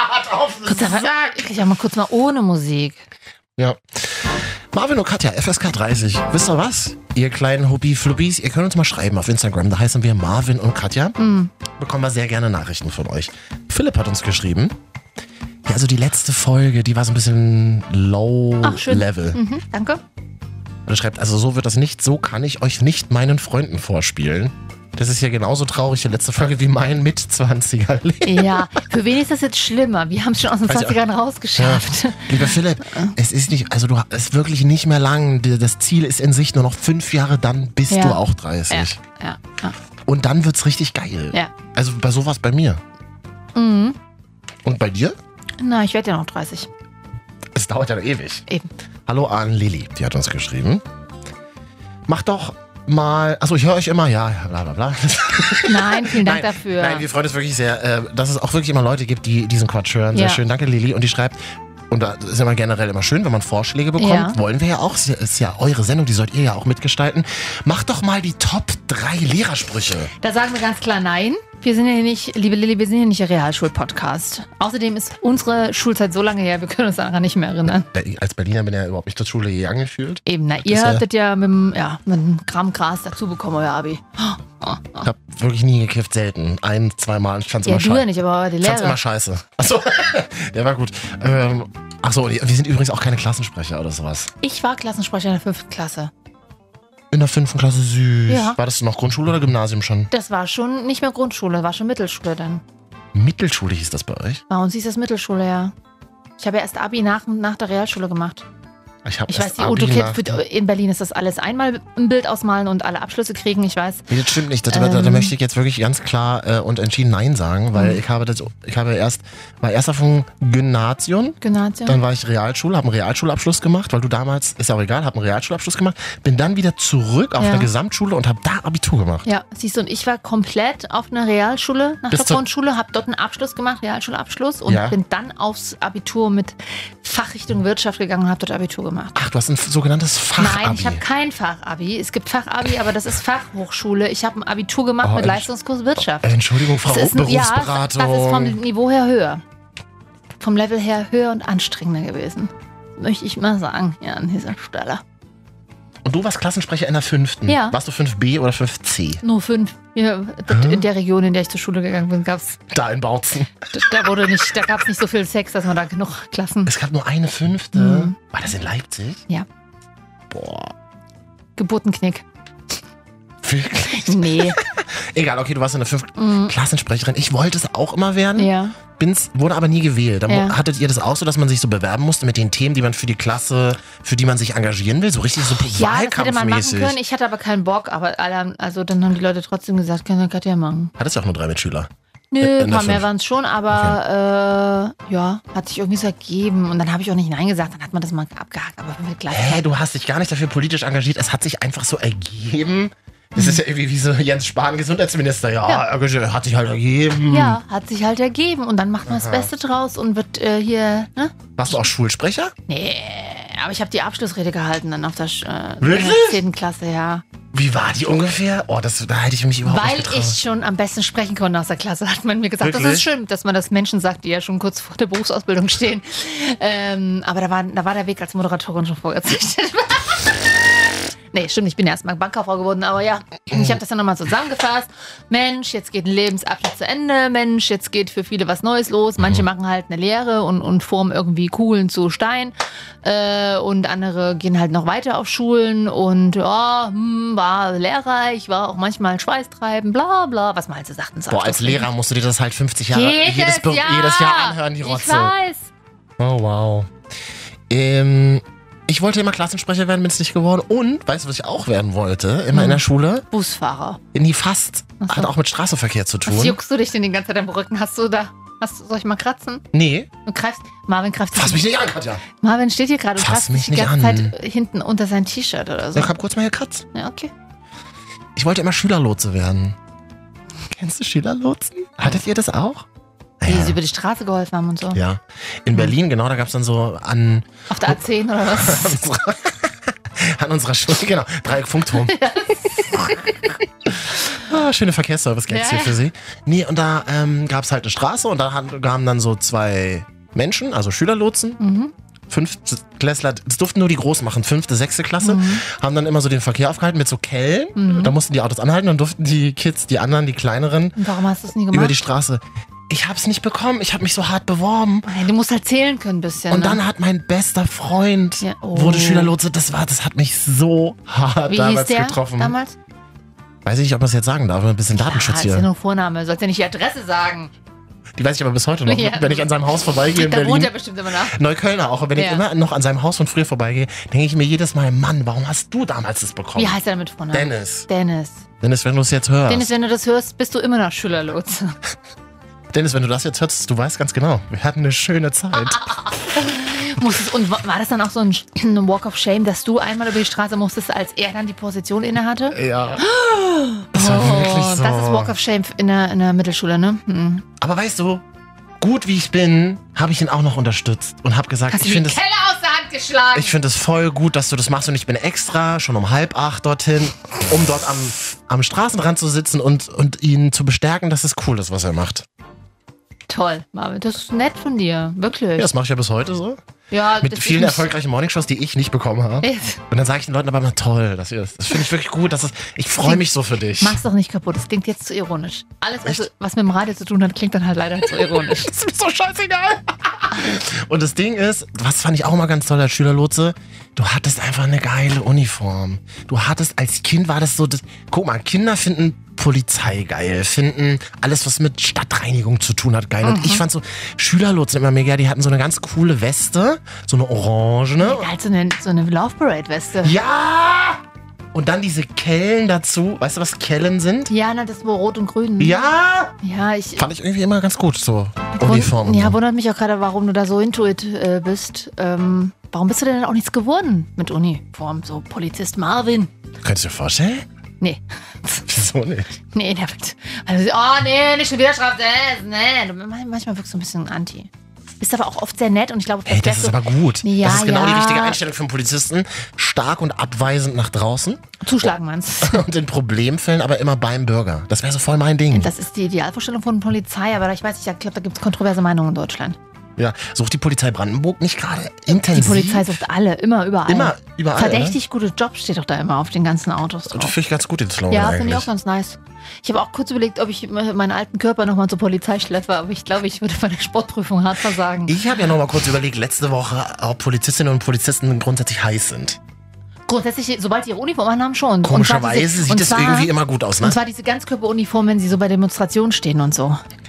kurz mal ohne Musik. Ja. Marvin und Katja, FSK 30. Wisst ihr was? Ihr kleinen Hobby-Flubbis, ihr könnt uns mal schreiben auf Instagram. Da heißen wir Marvin und Katja. Bekommen wir sehr gerne Nachrichten von euch. Philipp hat uns geschrieben. Ja, also die letzte Folge, die war so ein bisschen low-level. Danke. Und er schreibt, also so wird das nicht, so kann ich euch nicht meinen Freunden vorspielen. Das ist ja genauso traurig, die letzte Folge, wie mein Mit-20er-Leben. Ja, für wen ist das jetzt schlimmer? Wir haben es schon aus den 20ern rausgeschafft. Ja. Lieber Philipp, es ist nicht, also du hast wirklich nicht mehr lang. Das Ziel ist in Sicht, nur noch 5 Jahre, dann bist du auch 30. Ja. Und dann wird's richtig geil. Ja. Also bei sowas bei mir. Und bei dir? Na, ich werde ja noch 30. Es dauert ja noch ewig. Eben. Hallo an Lilly, die hat uns geschrieben. Mach doch mal, also ich höre euch immer, ja, bla bla bla. Nein, vielen Dank dafür. Nein, wir freuen uns wirklich sehr, dass es auch wirklich immer Leute gibt, die diesen Quatsch hören. Sehr schön, danke Lilly. Und die schreibt, und da ist immer generell immer schön, wenn man Vorschläge bekommt. Ja. Wollen wir ja auch. Das ist ja eure Sendung, die sollt ihr ja auch mitgestalten. Macht doch mal die Top 3 Lehrersprüche. Da sagen wir ganz klar nein. Wir sind ja nicht, liebe Lilly, wir sind ja nicht der Realschul-Podcast. Außerdem ist unsere Schulzeit so lange her, wir können uns daran nicht mehr erinnern. Als Berliner bin ich ja überhaupt nicht zur Schule je angefühlt. Eben, na, ihr habt das ja mit einem Gramm Gras dazu bekommen, euer Abi. Ich hab wirklich nie gekifft, selten. 1-2 Mal. Ich fand's immer scheiße. Ja, du ja nicht, aber die Lehrer. Ich fand's immer scheiße. Achso, der war gut. Achso, wir sind übrigens auch keine Klassensprecher oder sowas. Ich war Klassensprecher in der 5. Klasse. In der 5. Klasse, süß. Ja. War das noch Grundschule oder Gymnasium schon? Das war schon nicht mehr Grundschule, war schon Mittelschule dann. Mittelschule hieß das bei euch? Bei uns hieß das Mittelschule, ja. Ich habe ja erst Abi nach der Realschule gemacht. Ich weiß, die AutoCAD in Berlin ist das alles einmal ein Bild ausmalen und alle Abschlüsse kriegen, ich weiß. Nee, das stimmt nicht. Da möchte ich jetzt wirklich ganz klar und entschieden Nein sagen, weil war erst auf dem Gymnasium. Dann war ich Realschule, habe einen Realschulabschluss gemacht, weil du damals, ist ja auch egal, habe einen Realschulabschluss gemacht, bin dann wieder zurück auf eine Gesamtschule und habe da Abitur gemacht. Ja, siehst du, und ich war komplett auf einer Realschule nach der Grundschule, habe dort einen Abschluss gemacht, Realschulabschluss und bin dann aufs Abitur mit Fachrichtung Wirtschaft gegangen und habe dort Abitur gemacht. Ach, du hast ein sogenanntes Fachabi. Nein, ich habe kein Fachabi. Es gibt Fachabi, aber das ist Fachhochschule. Ich habe ein Abitur gemacht mit Leistungskurs Wirtschaft. Entschuldigung, Frau Berufsberatung. Ja, das ist vom Niveau her höher. Vom Level her höher und anstrengender gewesen. Möchte ich mal sagen, hier an dieser Stelle. Und du warst Klassensprecher in der 5. Ja. Warst du 5b oder 5c? Nur 5. Ja, in der Region, in der ich zur Schule gegangen bin, gab es... Da in Bautzen. Da gab es nicht so viel Sex, dass man da genug Klassen... Es gab nur eine 5. War das in Leipzig? Ja. Boah. Geburtenknick. Wirklich? Nee. Egal, okay, du warst in der 5. Klassensprecherin. Ich wollte es auch immer werden. Ja. Wurde aber nie gewählt. Hattet ihr das auch so, dass man sich so bewerben musste mit den Themen, die man für die Klasse, für die man sich engagieren will? So richtig so Wahlkampfmäßig. Ja, das hätte man machen können. Ich hatte aber keinen Bock. Aber dann haben die Leute trotzdem gesagt, kann Katja machen. Hattest du auch nur 3 Mitschüler? Nö, ein paar mehr waren es schon, aber ja, hat sich irgendwie so ergeben. Und dann habe ich auch nicht Nein gesagt, dann hat man das mal abgehakt. Aber gleich. Du hast dich gar nicht dafür politisch engagiert, es hat sich einfach so ergeben. Das ist ja irgendwie wie so Jens Spahn, Gesundheitsminister. Ja, hat sich halt ergeben. Ja, hat sich halt ergeben. Und dann macht man das Beste draus und wird hier, ne? Warst du auch Schulsprecher? Nee, aber ich habe die Abschlussrede gehalten dann auf der 10. Klasse, ja. Wie war die ungefähr? Oh, da hätte ich mich überhaupt nicht getraut. Weil ich schon am besten sprechen konnte aus der Klasse, hat man mir gesagt. Wirklich? Das ist schön, dass man das Menschen sagt, die ja schon kurz vor der Berufsausbildung stehen. Aber da war der Weg als Moderatorin schon vorgezeichnet. Nee, stimmt, ich bin erst mal Bankkauffrau geworden, aber ja, ich habe das dann nochmal zusammengefasst. Mensch, jetzt geht ein Lebensabschnitt zu Ende. Mensch, jetzt geht für viele was Neues los. Manche machen halt eine Lehre und formen irgendwie Kugeln zu Stein. Und andere gehen halt noch weiter auf Schulen und war lehrreich, war auch manchmal Schweißtreiben, bla bla, was man halt so sagten. Boah, als Lehrer musst du dir das halt 50 Jahre, jedes Jahr anhören, die Rotze. Ich weiß. Oh, wow. Ich wollte immer Klassensprecher werden, bin es nicht geworden. Und, weißt du, was ich auch werden wollte? Immer in der Schule? Busfahrer. Nee, fast. Ach so. Hat auch mit Straßenverkehr zu tun. Was juckst du dich denn die ganze Zeit am Rücken? Soll ich mal kratzen? Nee. Marvin greift Fass mich nicht an, Katja. Marvin steht hier gerade und Fass kratzt mich sich die nicht ganze an. Zeit hinten unter sein T-Shirt oder so. Ich hab kurz mal gekratzt. Ja, okay. Ich wollte immer Schülerlotse werden. Kennst du Schülerlotsen? Hattet ihr das auch? Wie sie über die Straße geholfen haben und so. Ja. In Berlin, genau, da gab es dann so an... Auf der A10 oder was? An unserer Schule, genau. Dreieck-Funkturm. Schöne Verkehrsservice-Gags hier für Sie. Nee, und da gab es halt eine Straße und da kamen dann so 2 Menschen, also Schülerlotsen. 5. Klässler, das durften nur die Großen machen, 5., 6. Klasse, haben dann immer so den Verkehr aufgehalten mit so Kellen. Da mussten die Autos anhalten, dann durften die Kids, die anderen, die kleineren, und warum hast du es nie gemacht? über die Straße. Ich hab's nicht bekommen, ich hab mich so hart beworben. Du musst halt zählen können ein bisschen. Und dann hat mein bester Freund, wurde Schülerlotse, das hat mich so hart damals getroffen. Damals? Weiß ich nicht, ob man es jetzt sagen darf, ein bisschen Datenschutz hier. Das ist ja nur Vorname, sollst ja nicht die Adresse sagen. Die weiß ich aber bis heute noch, wenn ich an seinem Haus vorbeigehe in Berlin. Da wohnt er bestimmt immer noch. Neuköllner auch. Und wenn ich immer noch an seinem Haus von früher vorbeigehe, denke ich mir jedes Mal, Mann, warum hast du damals das bekommen? Wie heißt er damit Vornamen? Dennis. Dennis, wenn du es jetzt hörst. Dennis, wenn du das hörst, bist du immer noch Schülerlotse. Dennis, wenn du das jetzt hörst, du weißt ganz genau, wir hatten eine schöne Zeit. Und war das dann auch so ein Walk of Shame, dass du einmal über die Straße musstest, als er dann die Position inne hatte? Ja. Das war wirklich so. Das ist Walk of Shame in der Mittelschule, ne? Aber weißt du, gut wie ich bin, habe ich ihn auch noch unterstützt und habe gesagt, ich finde es... Keller aus der Hand geschlagen. Ich finde es voll gut, dass du das machst und ich bin extra schon um 7:30 dorthin, um dort am Straßenrand zu sitzen und ihn zu bestärken, dass es cool ist, was er macht. Toll, Marvin, das ist nett von dir, wirklich. Ja, das mache ich ja bis heute so. Ja, mit vielen erfolgreichen Morningshows, die ich nicht bekommen habe. Und dann sage ich den Leuten aber immer, toll, das finde ich wirklich gut. Ich freue mich so für dich. Mach's doch nicht kaputt, das klingt jetzt zu ironisch. Alles, was mit dem Radio zu tun hat, klingt dann halt leider zu ironisch. Das ist mir so scheißegal. Und das Ding ist, was fand ich auch mal ganz toll als Schülerlotse, du hattest einfach eine geile Uniform. Du hattest, als Kind war das so, guck mal, Kinder finden Polizei geil, finden alles, was mit Stadtreinigung zu tun hat, geil. Und ich fand so Schülerlotsen immer mega, die hatten so eine ganz coole Weste, so eine orange, ne? Ja, halt so eine Love Parade Weste. Ja! Und dann diese Kellen dazu. Weißt du, was Kellen sind? Ja, na, das war rot und grün. Ja! Ja, fand ich irgendwie immer ganz gut, so Uniformen. Ja, wundert mich auch gerade, warum du da so intuit bist. Warum bist du denn auch nichts geworden mit Uniform? So Polizist Marvin. Könntest du dir vorstellen? Nee. Wieso nicht? Nee, der wird. Also, oh, nee, nicht schon wieder Strafte. Nee. Manchmal wirkst du ein bisschen anti. Bist aber auch oft sehr nett und ich glaube, das ist aber gut. Ja, das ist genau die richtige Einstellung für einen Polizisten. Stark und abweisend nach draußen. Zuschlagen meinst. Und in Problemfällen aber immer beim Bürger. Das wäre so voll mein Ding. Das ist die Idealvorstellung von Polizei, aber ich weiß nicht, ich glaube, da gibt es kontroverse Meinungen in Deutschland. Ja, sucht die Polizei Brandenburg nicht gerade intensiv? Die Polizei sucht alle, immer, überall. Immer, überall. Verdächtig gute Jobs steht doch da immer auf den ganzen Autos drauf. Das finde ich ganz gut, den Slogan Ja, eigentlich. finde ich auch ganz nice. Ich habe auch kurz überlegt, ob ich meinen alten Körper nochmal zur Polizei schleppe, aber ich glaube, ich würde bei der Sportprüfung hart versagen. Ich habe ja nochmal kurz überlegt, letzte Woche, ob Polizistinnen und Polizisten grundsätzlich heiß sind. Grundsätzlich, sobald sie ihre Uniform anhaben, schon. Komischerweise sieht das irgendwie immer gut aus, ne? Und zwar diese Ganzkörperuniform, wenn sie so bei Demonstrationen stehen und so.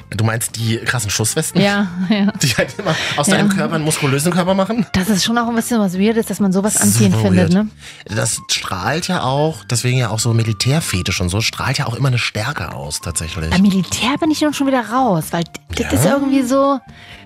Du meinst die krassen Schusswesten? Ja. Die halt immer aus deinem Körper einen muskulösen Körper machen? Das ist schon auch ein bisschen was Weirdes, dass man sowas anziehen Super findet, weird. ne? Das strahlt ja auch, deswegen ja auch so Militärfetisch und so, strahlt ja auch immer eine Stärke aus, tatsächlich. Beim Militär bin ich nun schon wieder raus, weil das ist irgendwie so...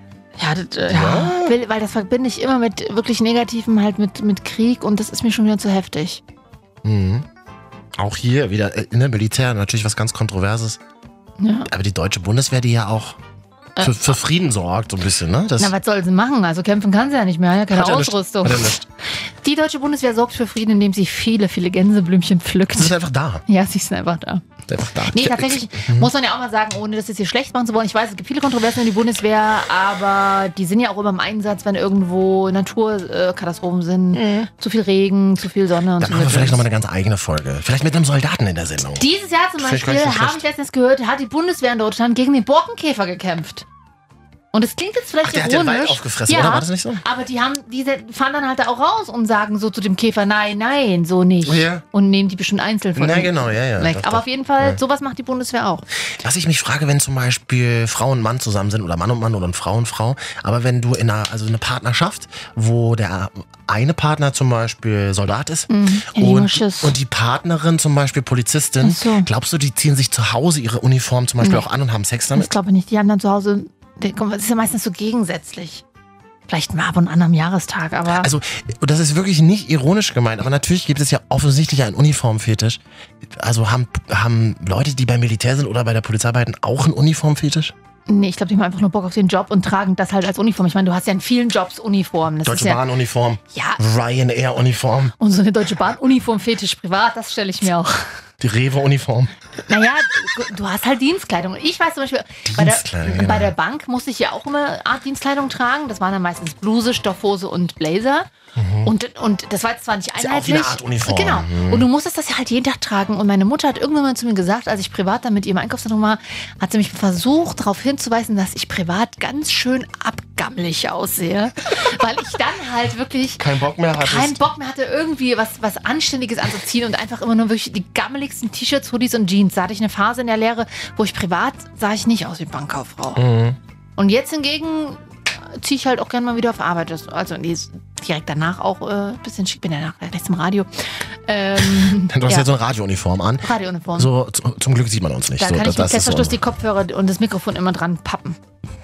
weil das verbinde ich immer mit wirklich Negativem, halt mit Krieg und das ist mir schon wieder zu heftig. Mhm. Auch hier wieder in der Militär natürlich was ganz Kontroverses. Ja. Aber die deutsche Bundeswehr, die ja auch für Frieden sorgt, so ein bisschen, ne? Na, was soll sie machen? Also kämpfen kann sie ja nicht mehr, ja, keine Ausrüstung. Die deutsche Bundeswehr sorgt für Frieden, indem sie viele, viele Gänseblümchen pflückt. Sie ist einfach da. Ja, sie ist einfach da. Nee, tatsächlich muss man ja auch mal sagen, ohne das jetzt hier schlecht machen zu wollen. Ich weiß, es gibt viele Kontroversen in die Bundeswehr, aber die sind ja auch immer im Einsatz, wenn irgendwo Naturkatastrophen sind. Zu viel Regen, zu viel Sonne. Und Dann machen wir vielleicht nochmal eine ganz eigene Folge. Vielleicht mit einem Soldaten in der Sendung. Dieses Jahr zum Beispiel, habe ich letztens gehört, hat die Bundeswehr in Deutschland gegen den Borkenkäfer gekämpft. Und es klingt jetzt vielleicht der hat den Wald aufgefressen, oder? War das nicht so? Aber die fahren dann halt da auch raus und sagen so zu dem Käfer, nein, so nicht. Ja. Und nehmen die bestimmt einzeln von Na genau, weg. Aber auf jeden Fall, sowas macht die Bundeswehr auch. Was ich mich frage, wenn zum Beispiel Frau und Mann zusammen sind oder Mann und Mann oder Frau und Frau, aber wenn du in eine Partnerschaft, wo der eine Partner zum Beispiel Soldat ist und die Partnerin zum Beispiel Polizistin, glaubst du, die ziehen sich zu Hause ihre Uniform zum Beispiel auch an und haben Sex damit? Ich glaube nicht, die haben dann zu Hause... Das ist ja meistens so gegensätzlich. Vielleicht mal ab und an am Jahrestag, aber... Also, das ist wirklich nicht ironisch gemeint, aber natürlich gibt es ja offensichtlich einen Uniformfetisch. Also haben Leute, die beim Militär sind oder bei der Polizei arbeiten, auch einen Uniformfetisch? Nee, ich glaube, die haben einfach nur Bock auf den Job und tragen das halt als Uniform. Ich meine, du hast ja in vielen Jobs Uniformen. Deutsche Bahn-Uniform. Ja. Ryanair-Uniform. Und so eine Deutsche Bahn-Uniform-Fetisch privat, das stelle ich mir auch. Die Rewe-Uniform. Naja, du hast halt Dienstkleidung. Ich weiß zum Beispiel, bei der Bank musste ich ja auch immer eine Art Dienstkleidung tragen. Das waren dann meistens Bluse, Stoffhose und Blazer. Und das war jetzt zwar nicht einheitlich. Ist ja auch wie eine Art Uniform. Genau. Und du musstest das ja halt jeden Tag tragen. Und meine Mutter hat irgendwann mal zu mir gesagt, als ich privat dann mit ihr im Einkaufszentrum war, hat sie mich versucht, darauf hinzuweisen, dass ich privat ganz schön abgammelig aussehe. Weil ich dann halt wirklich keinen Bock mehr hatte, irgendwie was Anständiges anzuziehen und einfach immer nur wirklich die gammeligsten T-Shirts, Hoodies und Jeans. Da hatte ich eine Phase in der Lehre, wo ich privat sah ich nicht aus wie Bankkauffrau. Und jetzt hingegen ziehe ich halt auch gerne mal wieder auf Arbeit. Also direkt danach auch ein bisschen schick, bin danach gleich zum Radio. Du hast jetzt so eine Radiouniform an. Radiouniform. So, zum Glück sieht man uns nicht. Da kann ich mit Klettverschluss die Kopfhörer und das Mikrofon immer dran pappen.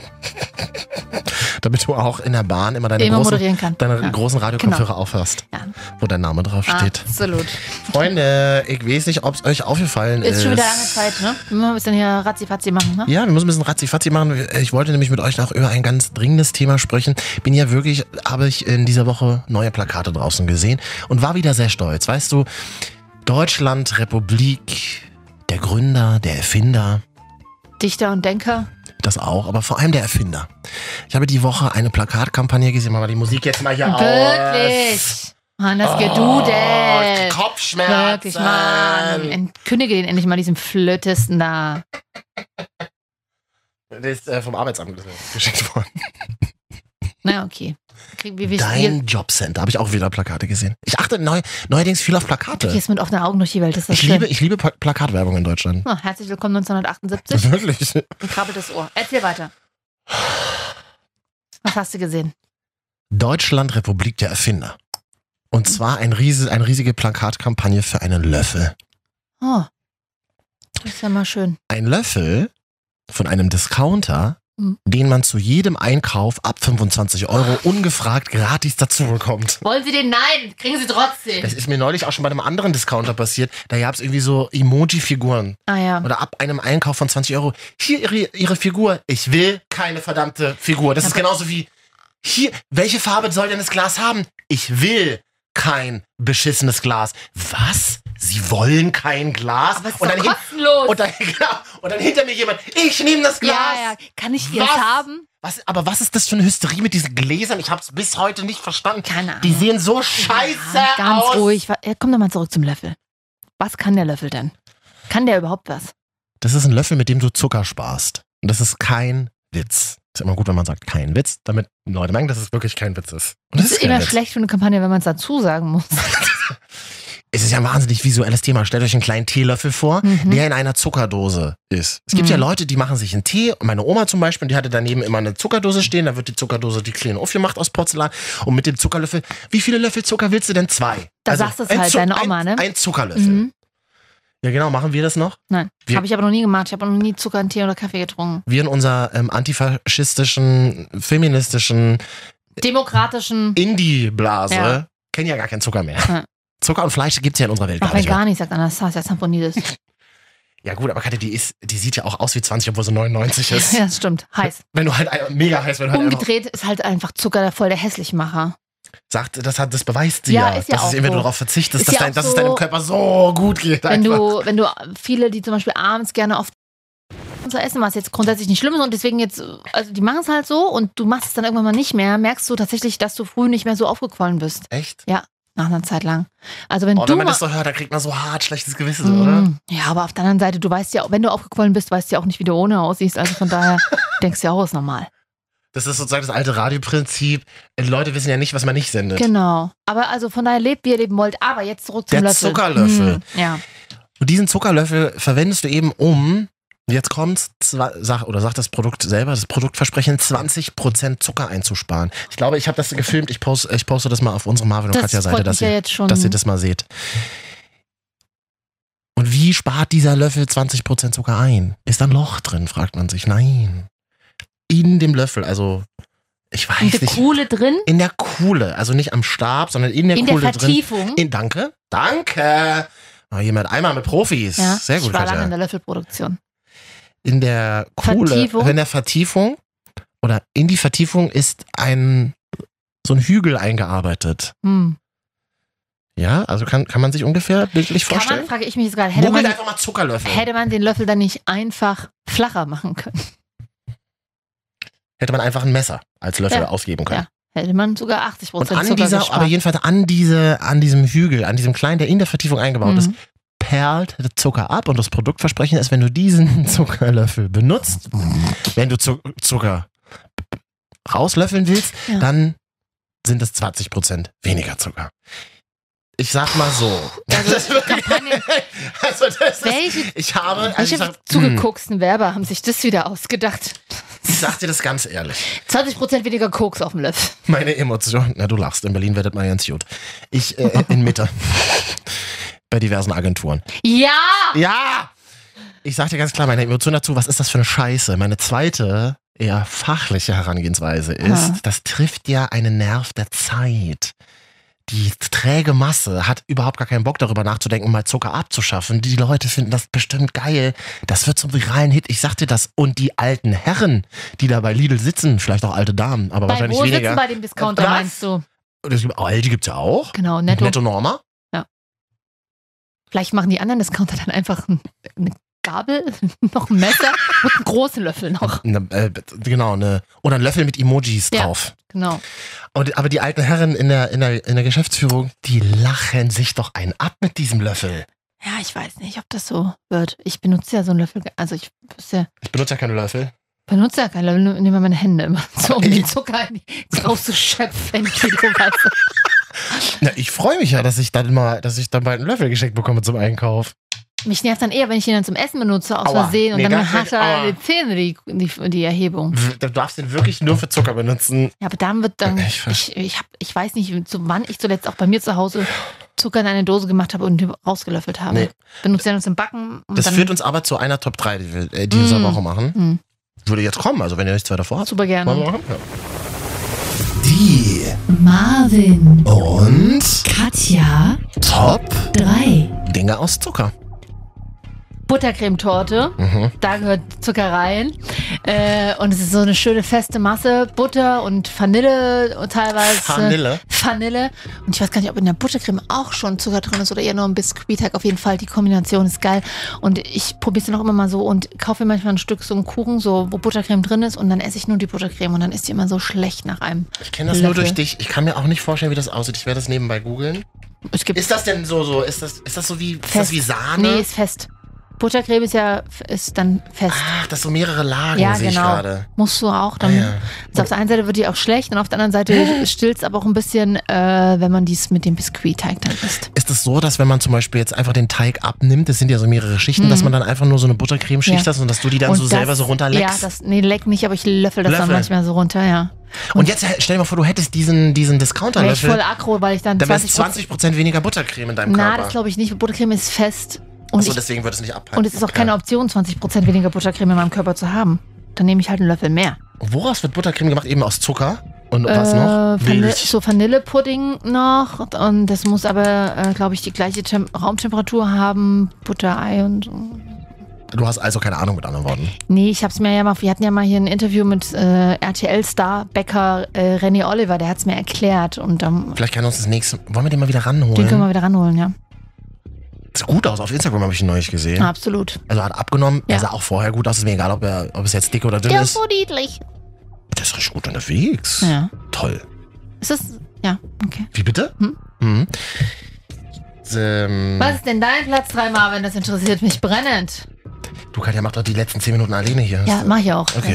Damit du auch in der Bahn immer deine großen Radiokopfhörer aufhörst, wo dein Name drauf steht. Absolut. Freunde, ich weiß nicht, ob es euch aufgefallen ist. Ist schon wieder lange Zeit, ne? Wir müssen ein bisschen hier Ratzi-Fatzi machen, ne? Ja, wir müssen ein bisschen Ratzi-Fatzi machen. Ich wollte nämlich mit euch noch über ein ganz dringendes Thema sprechen. Habe ich in dieser Woche neue Plakate draußen gesehen und war wieder sehr stolz. Weißt du, Deutschland, Republik, der Gründer, der Erfinder. Dichter und Denker. Das auch, aber vor allem der Erfinder. Ich habe die Woche eine Plakatkampagne gesehen. Machen wir die Musik jetzt mal hier aus. Wirklich? Mann, das gedudelt. Kopfschmerzen. Wirklich, Mann. Kündige den endlich mal, diesen Flötisten da. Der ist vom Arbeitsamt geschickt worden. Na, okay. Dein Jobcenter, habe ich auch wieder Plakate gesehen. Ich achte neuerdings viel auf Plakate. Du gehst mit offenen Augen durch die Welt, das ist Ich liebe Plakatwerbung in Deutschland. Oh, herzlich willkommen 1978. Wirklich? Ein krabbeltes Ohr. Erzähl weiter. Was hast du gesehen? Deutschland, Republik der Erfinder. Und zwar eine riesige Plakatkampagne für einen Löffel. Oh, das ist ja mal schön. Ein Löffel von einem Discounter, den man zu jedem Einkauf ab 25 € ungefragt gratis dazu bekommt. Wollen Sie den? Nein, kriegen Sie trotzdem. Das ist mir neulich auch schon bei einem anderen Discounter passiert. Da gab es irgendwie so Emoji-Figuren. Ah ja. Oder ab einem Einkauf von 20 €. Hier Ihre Figur. Ich will keine verdammte Figur. Das ist genauso wie, hier, welche Farbe soll denn das Glas haben? Ich will kein beschissenes Glas. Was? Sie wollen kein Glas? Aber es ist doch kostenlos. Und dann hinter mir jemand, ich nehme das Glas. Ja. Kann ich Ihres haben? Aber was ist das für eine Hysterie mit diesen Gläsern? Ich habe es bis heute nicht verstanden. Keine Ahnung. Die sehen so scheiße aus. Ganz ruhig. Komm doch mal zurück zum Löffel. Was kann der Löffel denn? Kann der überhaupt was? Das ist ein Löffel, mit dem du Zucker sparst. Und das ist kein Witz. Ist immer gut, wenn man sagt, kein Witz, damit Leute merken, dass es wirklich kein Witz ist. Und das ist immer schlecht für eine Kampagne, wenn man es dazu sagen muss. es ist ja ein wahnsinnig visuelles Thema. Stellt euch einen kleinen Teelöffel vor, der in einer Zuckerdose ist. Es gibt ja Leute, die machen sich einen Tee. Meine Oma zum Beispiel, die hatte daneben immer eine Zuckerdose stehen. Da wird die Zuckerdose die kleine aufgemacht aus Porzellan. Und mit dem Zuckerlöffel, wie viele Löffel Zucker willst du denn? 2. Da sagst du es halt, deine Oma, ne? Ein Zuckerlöffel. Ja genau, machen wir das noch? Nein, habe ich aber noch nie gemacht. Ich habe noch nie Zucker in Tee oder Kaffee getrunken. Wir in unserer antifaschistischen, feministischen, demokratischen Indie-Blase kennen ja gar keinen Zucker mehr. Ja. Zucker und Fleisch gibt es ja in unserer Welt gar nicht. Gar nicht, sagt Anastasia Zamponidis. Ja gut, aber Katja, die sieht ja auch aus wie 20, obwohl sie 99 ist. Ja, das stimmt. Heiß. Wenn du halt mega heiß, wenn du halt umgedreht ist halt einfach Zucker voll der Hässlichmacher. Sagt, das beweist sie ja. Ist ja dass auch es, wenn so. du darauf verzichtest, ist dass es deinem Körper so gut geht. Wenn du viele, die zum Beispiel abends gerne oft essen, was jetzt grundsätzlich nicht schlimm ist und deswegen jetzt, also die machen es halt so und du machst es dann irgendwann mal nicht mehr, merkst du tatsächlich, dass du früh nicht mehr so aufgequollen bist. Echt? Ja, nach einer Zeit lang. Also wenn wenn man das so hört, dann kriegt man so hart schlechtes Gewissen, oder? Ja, aber auf der anderen Seite, du weißt ja, wenn du aufgequollen bist, weißt du ja auch nicht, wie du ohne aussiehst, also von daher denkst du ja auch, ist normal. Das ist sozusagen das alte Radioprinzip. Leute wissen ja nicht, was man nicht sendet. Genau. Aber also von daher lebt, wie ihr leben wollt. Aber jetzt zurück zum Löffel. Der Zuckerlöffel. Ja. Und diesen Zuckerlöffel verwendest du eben jetzt kommt's, sagt das Produkt selber, das Produktversprechen, 20% Zucker einzusparen. Ich glaube, ich habe das gefilmt, ich poste das mal auf unsere Marvin und Katja Seite, dass ihr das mal seht. Und wie spart dieser Löffel 20% Zucker ein? Ist da ein Loch drin, fragt man sich. Nein. In dem Löffel, also ich weiß nicht. In der Kuhle drin? In der Kuhle, also nicht am Stab, sondern in der Kuhle drin. In der Vertiefung? Danke. Jemand einmal mit Profis. Ja, sehr gut, ich war Katja. lange in der Löffelproduktion. In der Kuhle, in der Vertiefung oder in die Vertiefung ist so ein Hügel eingearbeitet. Ja, also kann man sich ungefähr bildlich vorstellen? Frage ich mich jetzt gerade, einfach mal Zuckerlöffel. Hätte man den Löffel dann nicht einfach flacher machen können? Hätte man einfach ein Messer als Löffel ausgeben können. Ja, hätte man sogar 80% und Zucker gespart. Aber jedenfalls an diesem Hügel, an diesem kleinen, der in der Vertiefung eingebaut ist, perlt der Zucker ab und das Produktversprechen ist, wenn du diesen Zuckerlöffel benutzt, wenn du Zucker rauslöffeln willst, dann sind es 20% weniger Zucker. Ich sag mal so. Welche zugegucksten Werber haben sich das wieder ausgedacht? Ich sag dir das ganz ehrlich. 20% weniger Koks auf dem Löffel. Meine Emotion, du lachst, in Berlin werdet man ganz gut. Ich in Mitte. Bei diversen Agenturen. Ja! Ja! Ich sag dir ganz klar, meine Emotion dazu, was ist das für eine Scheiße? Meine zweite, eher fachliche Herangehensweise ist, das trifft ja einen Nerv der Zeit. Die träge Masse hat überhaupt gar keinen Bock darüber nachzudenken, mal Zucker abzuschaffen. Die Leute finden das bestimmt geil. Das wird zum viralen Hit. Ich sag dir das. Und die alten Herren, die da bei Lidl sitzen, vielleicht auch alte Damen, aber wahrscheinlich weniger. Wo sitzen bei dem Discounter, meinst du? Die gibt's ja auch. Genau, Netto Norma. Ja. Vielleicht machen die anderen Discounter dann einfach eine Gabel, noch ein Messer und einen großen Löffel noch. Genau, oder ein Löffel mit Emojis drauf. Genau. Aber die alten Herren in der Geschäftsführung, die lachen sich doch einen ab mit diesem Löffel. Ja, ich weiß nicht, ob das so wird. Ich benutze ja so einen Löffel, also ich benutze ja keine Löffel. Benutze ja keine Löffel, nehme meine Hände immer so, um den Zucker rauszuschöpfen. Na, ich freue mich ja, dass ich dann bald einen Löffel geschenkt bekomme zum Einkauf. Mich nervt dann eher, wenn ich den dann zum Essen benutze, aus Versehen, und dann hat er die Zähne die Erhebung. Du darfst den wirklich nur für Zucker benutzen. Ja, aber dann wird dann, ich weiß nicht, wann ich zuletzt auch bei mir zu Hause Zucker in eine Dose gemacht habe und rausgelöffelt habe. Nee. Benutzt den zum Backen. Und das führt uns aber zu einer Top 3, die wir diese Woche machen. Würde jetzt kommen, also wenn ihr nichts weiter vorhabt. Super gerne. Ja. Die Marvin und Katja Top 3 Dinge aus Zucker. Buttercremetorte, da gehört Zucker rein und es ist so eine schöne feste Masse, Butter und Vanille und teilweise Vanille und ich weiß gar nicht, ob in der Buttercreme auch schon Zucker drin ist oder eher nur ein Biskuitteig. Auf jeden Fall, die Kombination ist geil und ich probiere es dann auch immer mal so und kaufe mir manchmal ein Stück so einen Kuchen, so wo Buttercreme drin ist und dann esse ich nur die Buttercreme und dann ist die immer so schlecht nach einem Ich kenne das nur durch dich, ich kann mir auch nicht vorstellen, wie das aussieht, ich werde das nebenbei googeln. Ist das denn so, ist das so wie, ist das wie Sahne? Nee, ist fest. Buttercreme ist dann fest. Ach, das so mehrere Lagen, Ja, sehe ich genau. gerade. Musst du auch. Dann, Ja. also auf der einen Seite wird die auch schlecht und auf der anderen Seite stillt es aber auch ein bisschen, wenn man dies mit dem Biskuitteig dann isst. Ist es so, dass wenn man zum Beispiel jetzt einfach den Teig abnimmt, das sind ja so mehrere Schichten, dass man dann einfach nur so eine Buttercremeschicht hast und dass du die dann Und so selber so runterleckst? Ja, leck nicht, aber ich löffel das dann manchmal so runter, ja. Und jetzt stell dir mal vor, du hättest diesen Wäre ich Discounter-Löffel, voll aggro, weil ich dann dann wär's 20% weniger Buttercreme in deinem Na, Körper. das glaube ich nicht. Buttercreme ist fest. Und, Achso, deswegen wird es nicht abhalten. und es ist auch keine Option, 20% weniger Buttercreme in meinem Körper zu haben. Dann nehme ich halt einen Löffel mehr. Woraus wird Buttercreme gemacht? Eben aus Zucker? Und was noch? So Vanillepudding noch. Und das muss aber, glaube ich, die gleiche Raumtemperatur haben. Butterei und so. Du hast also keine Ahnung, mit anderen Worten. Nee, ich hab's mir ja mal, wir hatten ja mal hier ein Interview mit RTL-Star-Bäcker René Oliver, der hat's mir erklärt. Und Vielleicht kann uns das nächste. Wollen wir den mal wieder ranholen? den können wir wieder ranholen, ja. Sieht gut aus. Auf Instagram habe ich ihn neulich gesehen. Absolut. Also hat abgenommen. Ja. Er sah auch vorher gut aus. Ist mir egal, ob es jetzt dick oder dünn Der ist. ist so niedlich. Der ist richtig gut unterwegs. Ja. Toll. Ist das, ja, okay. Wie bitte? Hm? Mhm. Was ist denn dein Platz 3, Marvin? Das interessiert mich brennend. Du, Katja, mach doch die letzten 10 Minuten alleine hier. Ja, mach ich auch. Okay.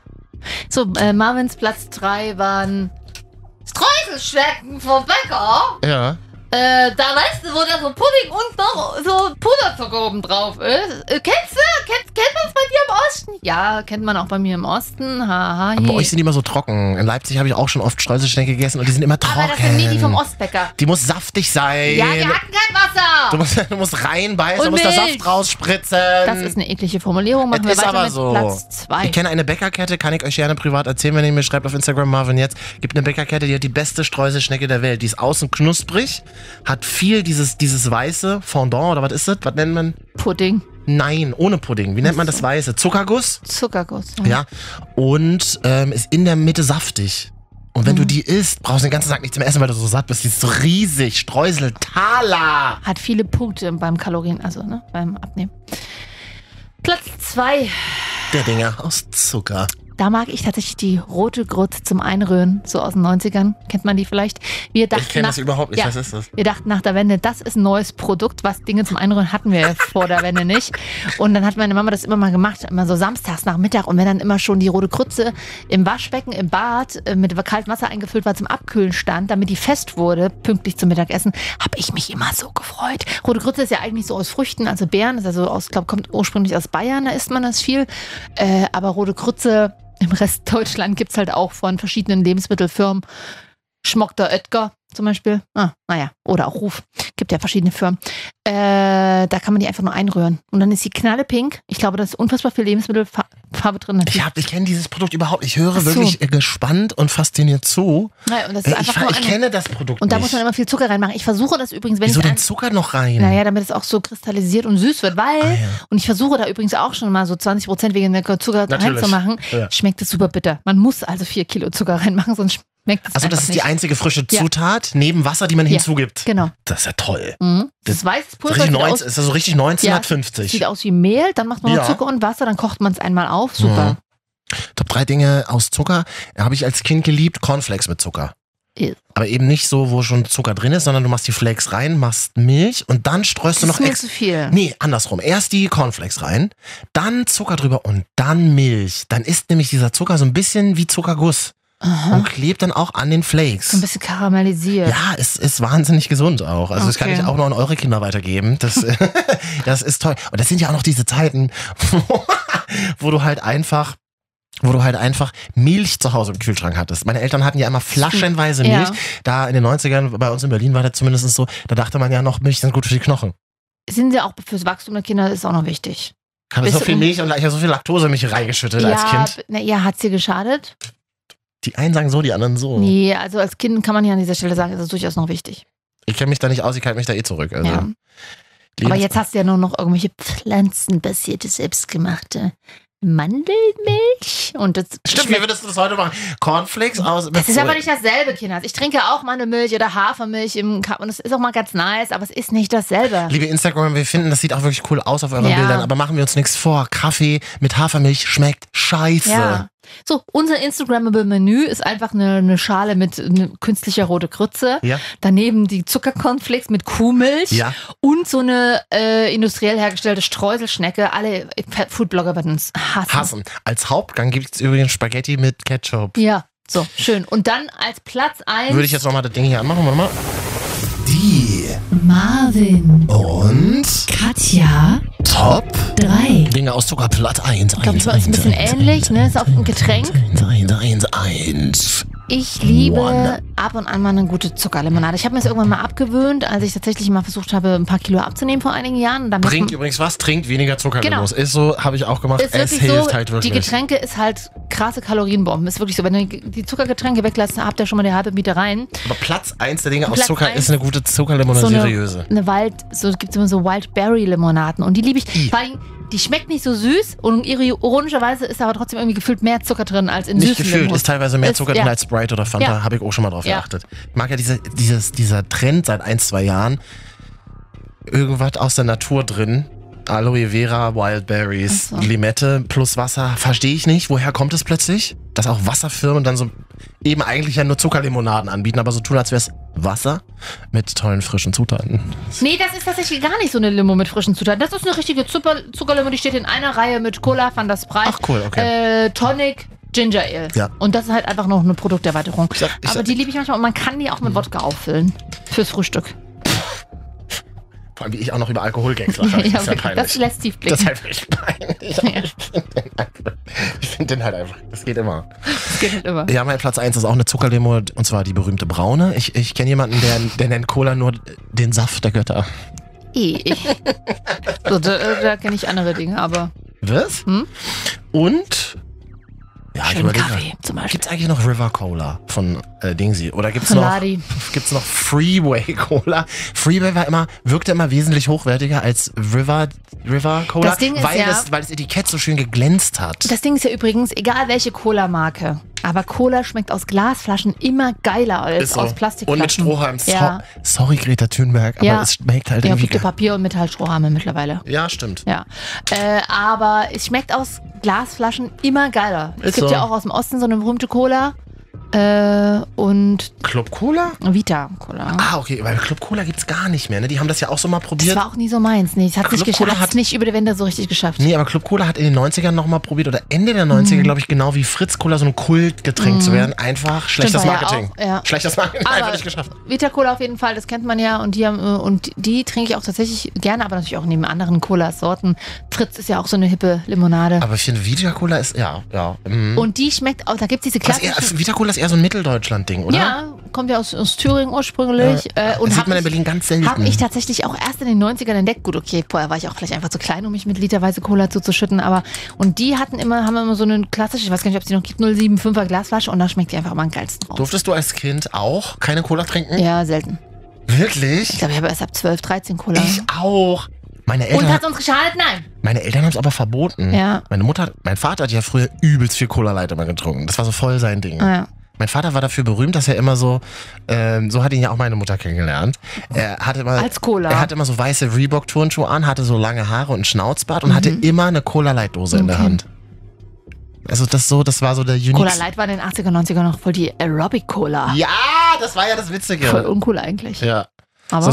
So, Marvins Platz 3 waren Streuselschnecken vom Bäcker. Ja. Da weißt du, wo da so Pudding und noch so Puderzucker oben drauf ist. Kennst du? Kennt man es bei dir im Osten? Ja, kennt man auch bei mir im Osten. Haha. Aber bei euch sind die immer so trocken. In Leipzig habe ich auch schon oft Streuselschnecke gegessen und die sind immer trocken. Aber das sind nie die vom Ostbäcker. Die muss saftig sein. Ja, die hatten kein Wasser. Du musst reinbeißen, du Und musst da Milch. Saft rausspritzen. Das ist eine eklige Formulierung. Machen wir ist weiter aber mit so. Platz 2. Ich kenne eine Bäckerkette, kann ich euch gerne privat erzählen, wenn ihr mir schreibt auf Instagram, Marvin jetzt. Gibt eine Bäckerkette, die hat die beste Streuselschnecke der Welt. Die ist außen knusprig, hat viel dieses weiße Fondant oder was ist das? Was nennt man? Pudding. Nein, ohne Pudding. Wie nennt man das Weiße? Zuckerguss? Zuckerguss. Ja. Und ist in der Mitte saftig. Und wenn du die isst, brauchst du den ganzen Tag nichts mehr essen, weil du so satt bist. Die ist so riesig. Streuseltaler. Hat viele Punkte beim Kalorien, also beim Abnehmen. Platz 2. Der Dinger aus Zucker. Da mag ich tatsächlich die rote Grütze zum Einrühren, so aus den 90ern. Kennt man die vielleicht? Wir dachten Ich kenne das überhaupt nicht. Ja, Was ist das? wir dachten nach der Wende, das ist ein neues Produkt, was Dinge zum Einrühren hatten wir vor der Wende nicht. Und dann hat meine Mama das immer mal gemacht, immer so samstags nach Mittag. Und wenn dann immer schon die rote Grütze im Waschbecken, im Bad mit kaltem Wasser eingefüllt war, zum Abkühlen stand, damit die fest wurde, pünktlich zum Mittagessen, habe ich mich immer so gefreut. Rote Grütze ist ja eigentlich so aus Früchten, also Beeren, ist also kommt ursprünglich aus Bayern, da isst man das viel. Aber rote Grütze im Rest Deutschland gibt es halt auch von verschiedenen Lebensmittelfirmen. Schmockter Oetker zum Beispiel. Naja, oder auch Ruf. Gibt ja verschiedene Firmen. Da kann man die einfach nur einrühren. Und dann ist sie knallepink. Ich glaube, da ist unfassbar viel Lebensmittelfarbe drin. Ich kenne dieses Produkt überhaupt nicht. Ich höre wirklich gespannt und fasziniert zu. Naja, und das ist einfach ich kenne das Produkt und da nicht. muss man immer viel Zucker reinmachen. Ich versuche das übrigens, wenn Wieso ich denn Zucker noch rein? Naja, damit es auch so kristallisiert und süß wird, weil, und ich versuche da übrigens auch schon mal so 20% weniger Zucker reinzumachen, schmeckt es super bitter. Man muss also 4 Kilo Zucker reinmachen, sonst schmeckt es Also das ist nicht. die einzige frische Zutat neben Wasser, die man hinzugibt. Genau. Das ist ja toll. Mhm. Das weißes Pulver ist also richtig 1950. Sieht aus wie Mehl, dann macht man noch Zucker und Wasser, dann kocht man es einmal auf. Super. Top 3 Dinge aus Zucker habe ich als Kind geliebt. Cornflakes mit Zucker. Aber eben nicht so, wo schon Zucker drin ist, sondern du machst die Flakes rein, machst Milch und dann streust du noch Das ist mir zu viel. Nee, andersrum. Erst die Cornflakes rein, dann Zucker drüber und dann Milch. Dann ist nämlich dieser Zucker so ein bisschen wie Zuckerguss. Und klebt dann auch an den Flakes. So ein bisschen karamellisiert. Ja, es ist wahnsinnig gesund auch. Also das kann ich auch noch an eure Kinder weitergeben. Das ist toll. Und das sind ja auch noch diese Zeiten, wo du halt einfach Milch zu Hause im Kühlschrank hattest. Meine Eltern hatten ja immer flaschenweise Milch. Da in den 90ern, bei uns in Berlin war das zumindest so, da dachte man ja noch, Milch sind gut für die Knochen. Sind sie auch fürs Wachstum der Kinder, ist auch noch wichtig. Ich habe so viel Milch und ich habe so viel Laktose in mich reingeschüttet als Kind. Hat sie geschadet? Die einen sagen so, die anderen so. Nee, also als Kind kann man ja an dieser Stelle sagen, ist das durchaus noch wichtig. Ich kenne mich da nicht aus, ich halte mich da zurück. Also Aber jetzt hast du ja nur noch irgendwelche pflanzenbasierte, selbstgemachte Mandelmilch. Und das Stimmt, wie würdest du das heute machen? Cornflakes aus... Das ist aber nicht dasselbe, Kinder. Ich trinke auch Mandelmilch oder Hafermilch im Cup und das ist auch mal ganz nice, aber es ist nicht dasselbe. Liebe Instagram, wir finden, das sieht auch wirklich cool aus auf euren Bildern, aber machen wir uns nichts vor. Kaffee mit Hafermilch schmeckt scheiße. Ja. So, unser Instagrammable-Menü ist einfach eine Schale mit künstlicher rote Grütze. Ja. Daneben die Zuckercornflakes mit Kuhmilch. Ja. Und so eine industriell hergestellte Streuselschnecke. Alle Foodblogger werden uns hassen. Als Hauptgang gibt es übrigens Spaghetti mit Ketchup. Ja, so, schön. Und dann als Platz 1... Würde ich jetzt nochmal das Ding hier anmachen, warte mal. Die Marvin und Katja Top 3. Dinge aus Zuckerplatt 1. Ich glaube, das war uns ein bisschen ähnlich, ne? Ist auch ein Getränk. 1. Ich liebe ab und an mal eine gute Zuckerlimonade. Ich habe mir das irgendwann mal abgewöhnt, als ich tatsächlich mal versucht habe, ein paar Kilo abzunehmen vor einigen Jahren. Bringt übrigens was, trinkt weniger Zuckerlimos. Genau. Ist so, habe ich auch gemacht. Ist es wirklich hilft so, halt wirklich. Die Getränke ist halt krasse Kalorienbomben. Ist wirklich so. Wenn du die Zuckergetränke weglässt, habt ihr schon mal die halbe Miete rein. Aber Platz 1 der Dinge aus Platz Zucker 1 ist eine gute Zuckerlimonade, so seriöse. Gibt es immer so Wildberry-Limonaden und die liebe ich. Vor allem, die schmeckt nicht so süß und ironischerweise ist aber trotzdem irgendwie gefühlt mehr Zucker drin als in Nicht süßen gefühlt, Limos. ist teilweise mehr Zucker drin als Sprite oder Fanta, Ja. habe ich auch schon mal drauf Ja. geachtet. Ich mag ja dieser Trend seit 1-2 Jahren, irgendwas aus der Natur drin, Aloe Vera, Wildberries, Ach so. Limette plus Wasser, verstehe ich nicht, woher kommt es plötzlich? Dass auch Wasserfirmen dann so eben eigentlich ja nur Zuckerlimonaden anbieten, aber so tun, als wäre es Wasser mit tollen frischen Zutaten. Nee, das ist tatsächlich gar nicht so eine Limo mit frischen Zutaten. Das ist eine richtige Zuckerlimo, die steht in einer Reihe mit Cola, Fanta Sprite, Ach cool, okay. Tonic, Ginger Ale. Ja. Und das ist halt einfach noch eine Produkterweiterung. Ich Aber sag- die liebe ich manchmal und man kann die auch mit Wodka auffüllen. Fürs Frühstück. Vor allem wie ich auch noch über Alkoholgags lache. Das ist ja peinlich. das lässt tief blicken. Das ist halt wirklich peinlich. Ich finde den halt einfach, das geht immer. Das geht halt immer. Ja, mein Platz 1 ist auch eine Zuckerlimo, und zwar die berühmte braune. Ich kenne jemanden, der nennt Cola nur den Saft der Götter. So, da kenne ich andere Dinge, aber... Was? Hm? Und... Ja, ich Schön überlege. Kaffee zum Beispiel. Gibt's eigentlich noch River Cola von Dingsy? Oder gibt's Von noch, Ladi. gibt's noch Freeway Cola? Freeway wirkte immer wesentlich hochwertiger als River Cola, Das Ding ist weil, ja- weil das Etikett so schön geglänzt hat. Das Ding ist ja übrigens, egal welche Cola-Marke, aber Cola schmeckt aus Glasflaschen immer geiler als Ist so. aus Plastikflaschen. Und mit Strohhalm. Ja. Sorry, Greta Thunberg, aber Ja. es schmeckt halt Ja, irgendwie... gibt ja Papier und Metallstrohhalme mittlerweile. Ja, stimmt. Ja. Aber es schmeckt aus Glasflaschen immer geiler. Es Ist gibt so. ja auch aus dem Osten so eine berühmte Cola. Und Club Cola? Vita Cola. Ah, okay, weil Club Cola gibt's gar nicht mehr, ne? Die haben das ja auch so mal Das probiert. war auch nie so meins. Nee, das hat Club nicht Cola geschafft. hat- Hat's nicht über die Wände so richtig geschafft. Nee, aber Club Cola hat in den 90ern nochmal probiert, oder Ende der 90er, glaube ich, genau wie Fritz Cola, so ein Kultgetränk zu werden. Einfach schlechtes Stimmt, war ja Marketing. auch, ja. Schlechtes Marketing, Aber einfach nicht geschafft. Vita Cola auf jeden Fall, das kennt man ja. Und die trinke ich auch tatsächlich gerne, aber natürlich auch neben anderen Cola-Sorten. Fritz ist ja auch so eine hippe Limonade. Aber ich finde, Vita Cola ist, ja. Mhm. Und die schmeckt auch, da gibt es diese klassische... Vita Cola ist eher so ein Mitteldeutschland-Ding, oder? Ja, kommt ja aus Thüringen ursprünglich. Und Das sieht man in Berlin ganz selten. Habe ich tatsächlich auch erst in den 90ern entdeckt. Gut, okay, vorher war ich auch vielleicht einfach zu klein, um mich mit literweise Cola zuzuschütten. Und die haben immer so eine klassische, ich weiß gar nicht, ob es die noch gibt, 075er Glasflasche und da schmeckt die einfach immer am geilsten drauf. Durftest du als Kind auch keine Cola trinken? Ja, selten. Wirklich? Ich glaube, ich habe erst ab 12, 13 Cola. Ich auch. Meine Und Eltern, hat es uns geschadet? Nein. meine Eltern haben es aber verboten. Ja. Mein Vater hat ja früher übelst viel Cola Light immer getrunken. Das war so voll sein Ding. Ja. Mein Vater war dafür berühmt, dass er immer so hat ihn ja auch meine Mutter kennengelernt. Er hatte immer, Als Cola. Er hatte immer so weiße Reebok-Turnschuhe an, hatte so lange Haare und einen Schnauzbart und hatte immer eine Cola-Light-Dose in der Hand. Also das war so der Unique. Cola Light war in den 80er, 90er noch voll die Aerobic Cola. Ja, das war ja das Witzige. Voll uncool eigentlich. Ja. Aber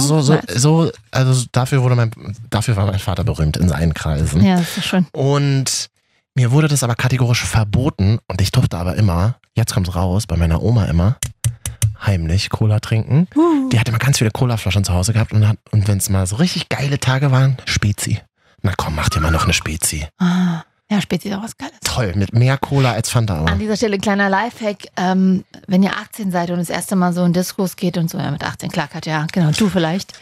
Also dafür war mein Vater berühmt in seinen Kreisen. Ja, das ist schön. Und mir wurde das aber kategorisch verboten und ich durfte aber immer, jetzt kommt's raus, bei meiner Oma immer, heimlich Cola trinken. Die hat immer ganz viele Colaflaschen zu Hause gehabt und wenn es mal so richtig geile Tage waren, Spezi. Na komm, mach dir mal noch eine Spezi. Ja, Spezi ist auch was Geiles. Toll, mit mehr Cola als Fanta. Aber. An dieser Stelle ein kleiner Lifehack. Wenn ihr 18 seid und das erste Mal so in Diskos geht und so, ja, mit 18, klar, Katja, genau, du vielleicht.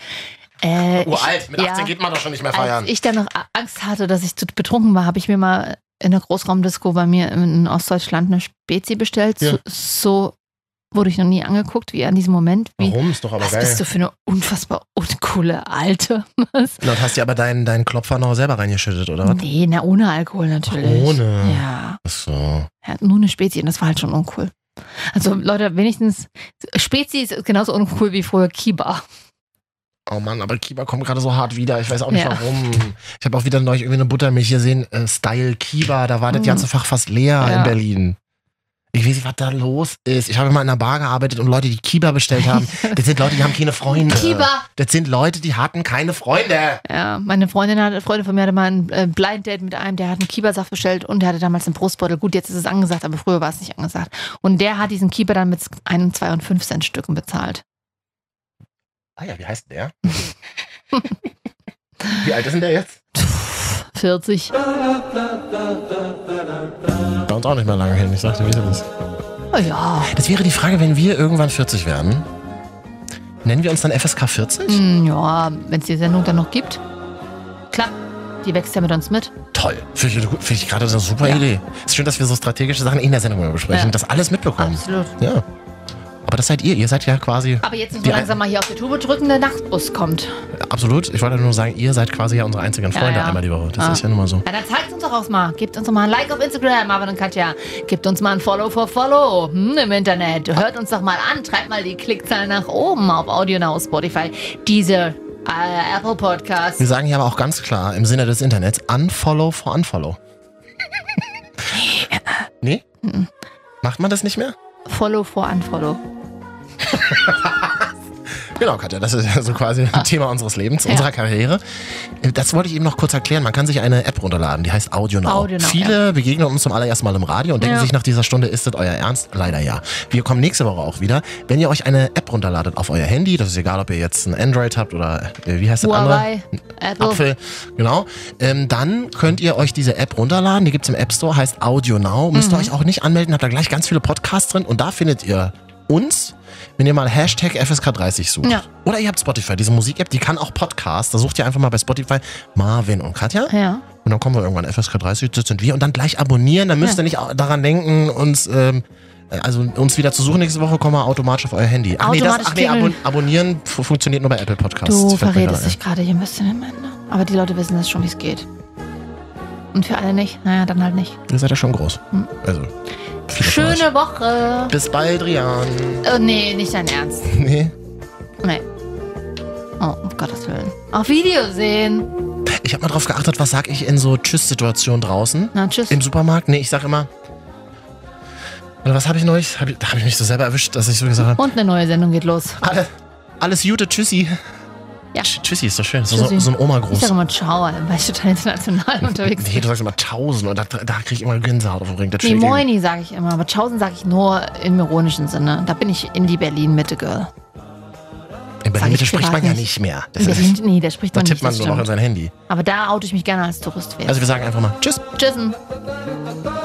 Uralt, mit 18 geht man doch schon nicht mehr feiern. Als ich dann noch Angst hatte, dass ich zu betrunken war, habe ich mir mal in der Großraumdisco bei mir in Ostdeutschland eine Spezi bestellt. Ja. So wurde ich noch nie angeguckt wie an diesem Moment. Warum? Ist doch aber was geil. bist du für eine unfassbar uncoole Alte? Was? Na, und hast dir aber deinen Klopfer noch selber reingeschüttet, oder was? Nee, ohne Alkohol natürlich. Ach, ohne? Ja. Ach so. Ja, nur eine Spezi und das war halt schon uncool. Also Leute, wenigstens, Spezi ist genauso uncool wie früher Kiba. Oh Mann, aber Kiba kommt gerade so hart wieder. Ich weiß auch nicht warum. Ich habe auch wieder neulich irgendwie eine Buttermilch gesehen, Style Kiba. Da war das ganze Fach fast leer in Berlin. Ich weiß nicht, was da los ist. Ich habe mal in einer Bar gearbeitet und Leute, die Kiba bestellt haben, das sind Leute, die haben keine Freunde. Kiba. Das sind Leute, die hatten keine Freunde. Ja, meine Freundin von mir hatte mal ein Blind Date mit einem, der hat einen Kiba-Saft bestellt und der hatte damals einen Brustbeutel. Gut, jetzt ist es angesagt, aber früher war es nicht angesagt. Und der hat diesen Kiba dann mit 1, 2 und 5 Cent Stücken bezahlt. Ah ja, wie heißt der? Wie alt ist denn der jetzt? 40. Bei uns auch nicht mehr lange hin. Ich sagte, wie das ist. Oh ja. Das wäre die Frage, wenn wir irgendwann 40 werden. Nennen wir uns dann FSK 40? Ja, wenn es die Sendung dann noch gibt. Klar, die wächst ja mit uns mit. Toll. Finde ich gerade eine super Idee. Es ist schön, dass wir so strategische Sachen in der Sendung mal besprechen und das alles mitbekommen. Absolut. Ja. Aber das seid ihr. Ihr seid ja quasi... Aber jetzt müssen wir langsam mal hier auf die Tube drücken, der Nachtbus kommt. Absolut. Ich wollte nur sagen, ihr seid quasi ja unsere einzigen Freunde einmal die Woche. Das ist ja nun mal so. Ja, dann zeigt uns doch auch mal. Gebt uns doch mal ein Like auf Instagram, Marvin und Katja. Gebt uns mal ein Follow for Follow im Internet. Hört uns doch mal an. Treibt mal die Klickzahlen nach oben auf Audio Now, Spotify, Deezer, Apple Podcasts. Wir sagen hier aber auch ganz klar im Sinne des Internets Unfollow for Unfollow. Nee? Macht man das nicht mehr? Follow for Unfollow. Genau, Katja, das ist ja so quasi ein Thema unseres Lebens, unserer Karriere. Das wollte ich eben noch kurz erklären. Man kann sich eine App runterladen, die heißt Audio Now. Viele begegnen uns zum allerersten Mal im Radio und denken sich nach dieser Stunde, ist das euer Ernst? Leider ja. Wir kommen nächste Woche auch wieder. Wenn ihr euch eine App runterladet auf euer Handy, das ist egal, ob ihr jetzt ein Android habt oder wie heißt das andere? Apple. Apfel, genau. Dann könnt ihr euch diese App runterladen. Die gibt es im App Store, heißt Audio Now. Müsst ihr euch auch nicht anmelden, habt da gleich ganz viele Podcasts drin und da findet ihr uns, wenn ihr mal Hashtag FSK30 sucht. Ja. Oder ihr habt Spotify, diese Musik-App, die kann auch Podcasts. Da sucht ihr einfach mal bei Spotify Marvin und Katja. Ja. Und dann kommen wir irgendwann FSK30, das sind wir. Und dann gleich abonnieren. Dann müsst ihr nicht daran denken, uns wieder zu suchen nächste Woche, kommen wir automatisch auf euer Handy. Abonnieren funktioniert nur bei Apple Podcasts. Du verrätst dich gerade hier ein bisschen am Ende. Aber die Leute wissen das schon, wie es geht. Und für alle nicht? Naja, dann halt nicht. Ihr seid ja schon groß. Also... Schöne Woche. Bis bald, Rian. Oh, nee, nicht dein Ernst. Nee. Oh, um Gottes Willen. Auf Wiedersehen. Ich habe mal drauf geachtet, was sag ich in so Tschüss-Situationen draußen? Na, tschüss. Im Supermarkt? Nee, ich sag immer... Oder was habe ich neulich? Da habe ich mich so selber erwischt, dass ich so gesagt habe... Und eine neue Sendung geht los. Alles Gute, Tschüssi. Ja. Tschüssi ist doch schön. So ein Oma-Gruß. Ich sag immer Ciao, weil ich total international unterwegs bin. Nee, du sagst immer Tausen und da krieg ich immer Gänsehaut auf den Ring. Nee, Moini sage ich immer, aber Tschaußen sage ich nur im ironischen Sinne. Da bin ich in die Berlin-Mitte, Girl. In Berlin-Mitte spricht man ja nicht mehr. Da spricht man nicht. Da tippt man nur noch in sein Handy. Aber da oute ich mich gerne als Tourist. Also wir sagen einfach mal Tschüss. Tschüssen.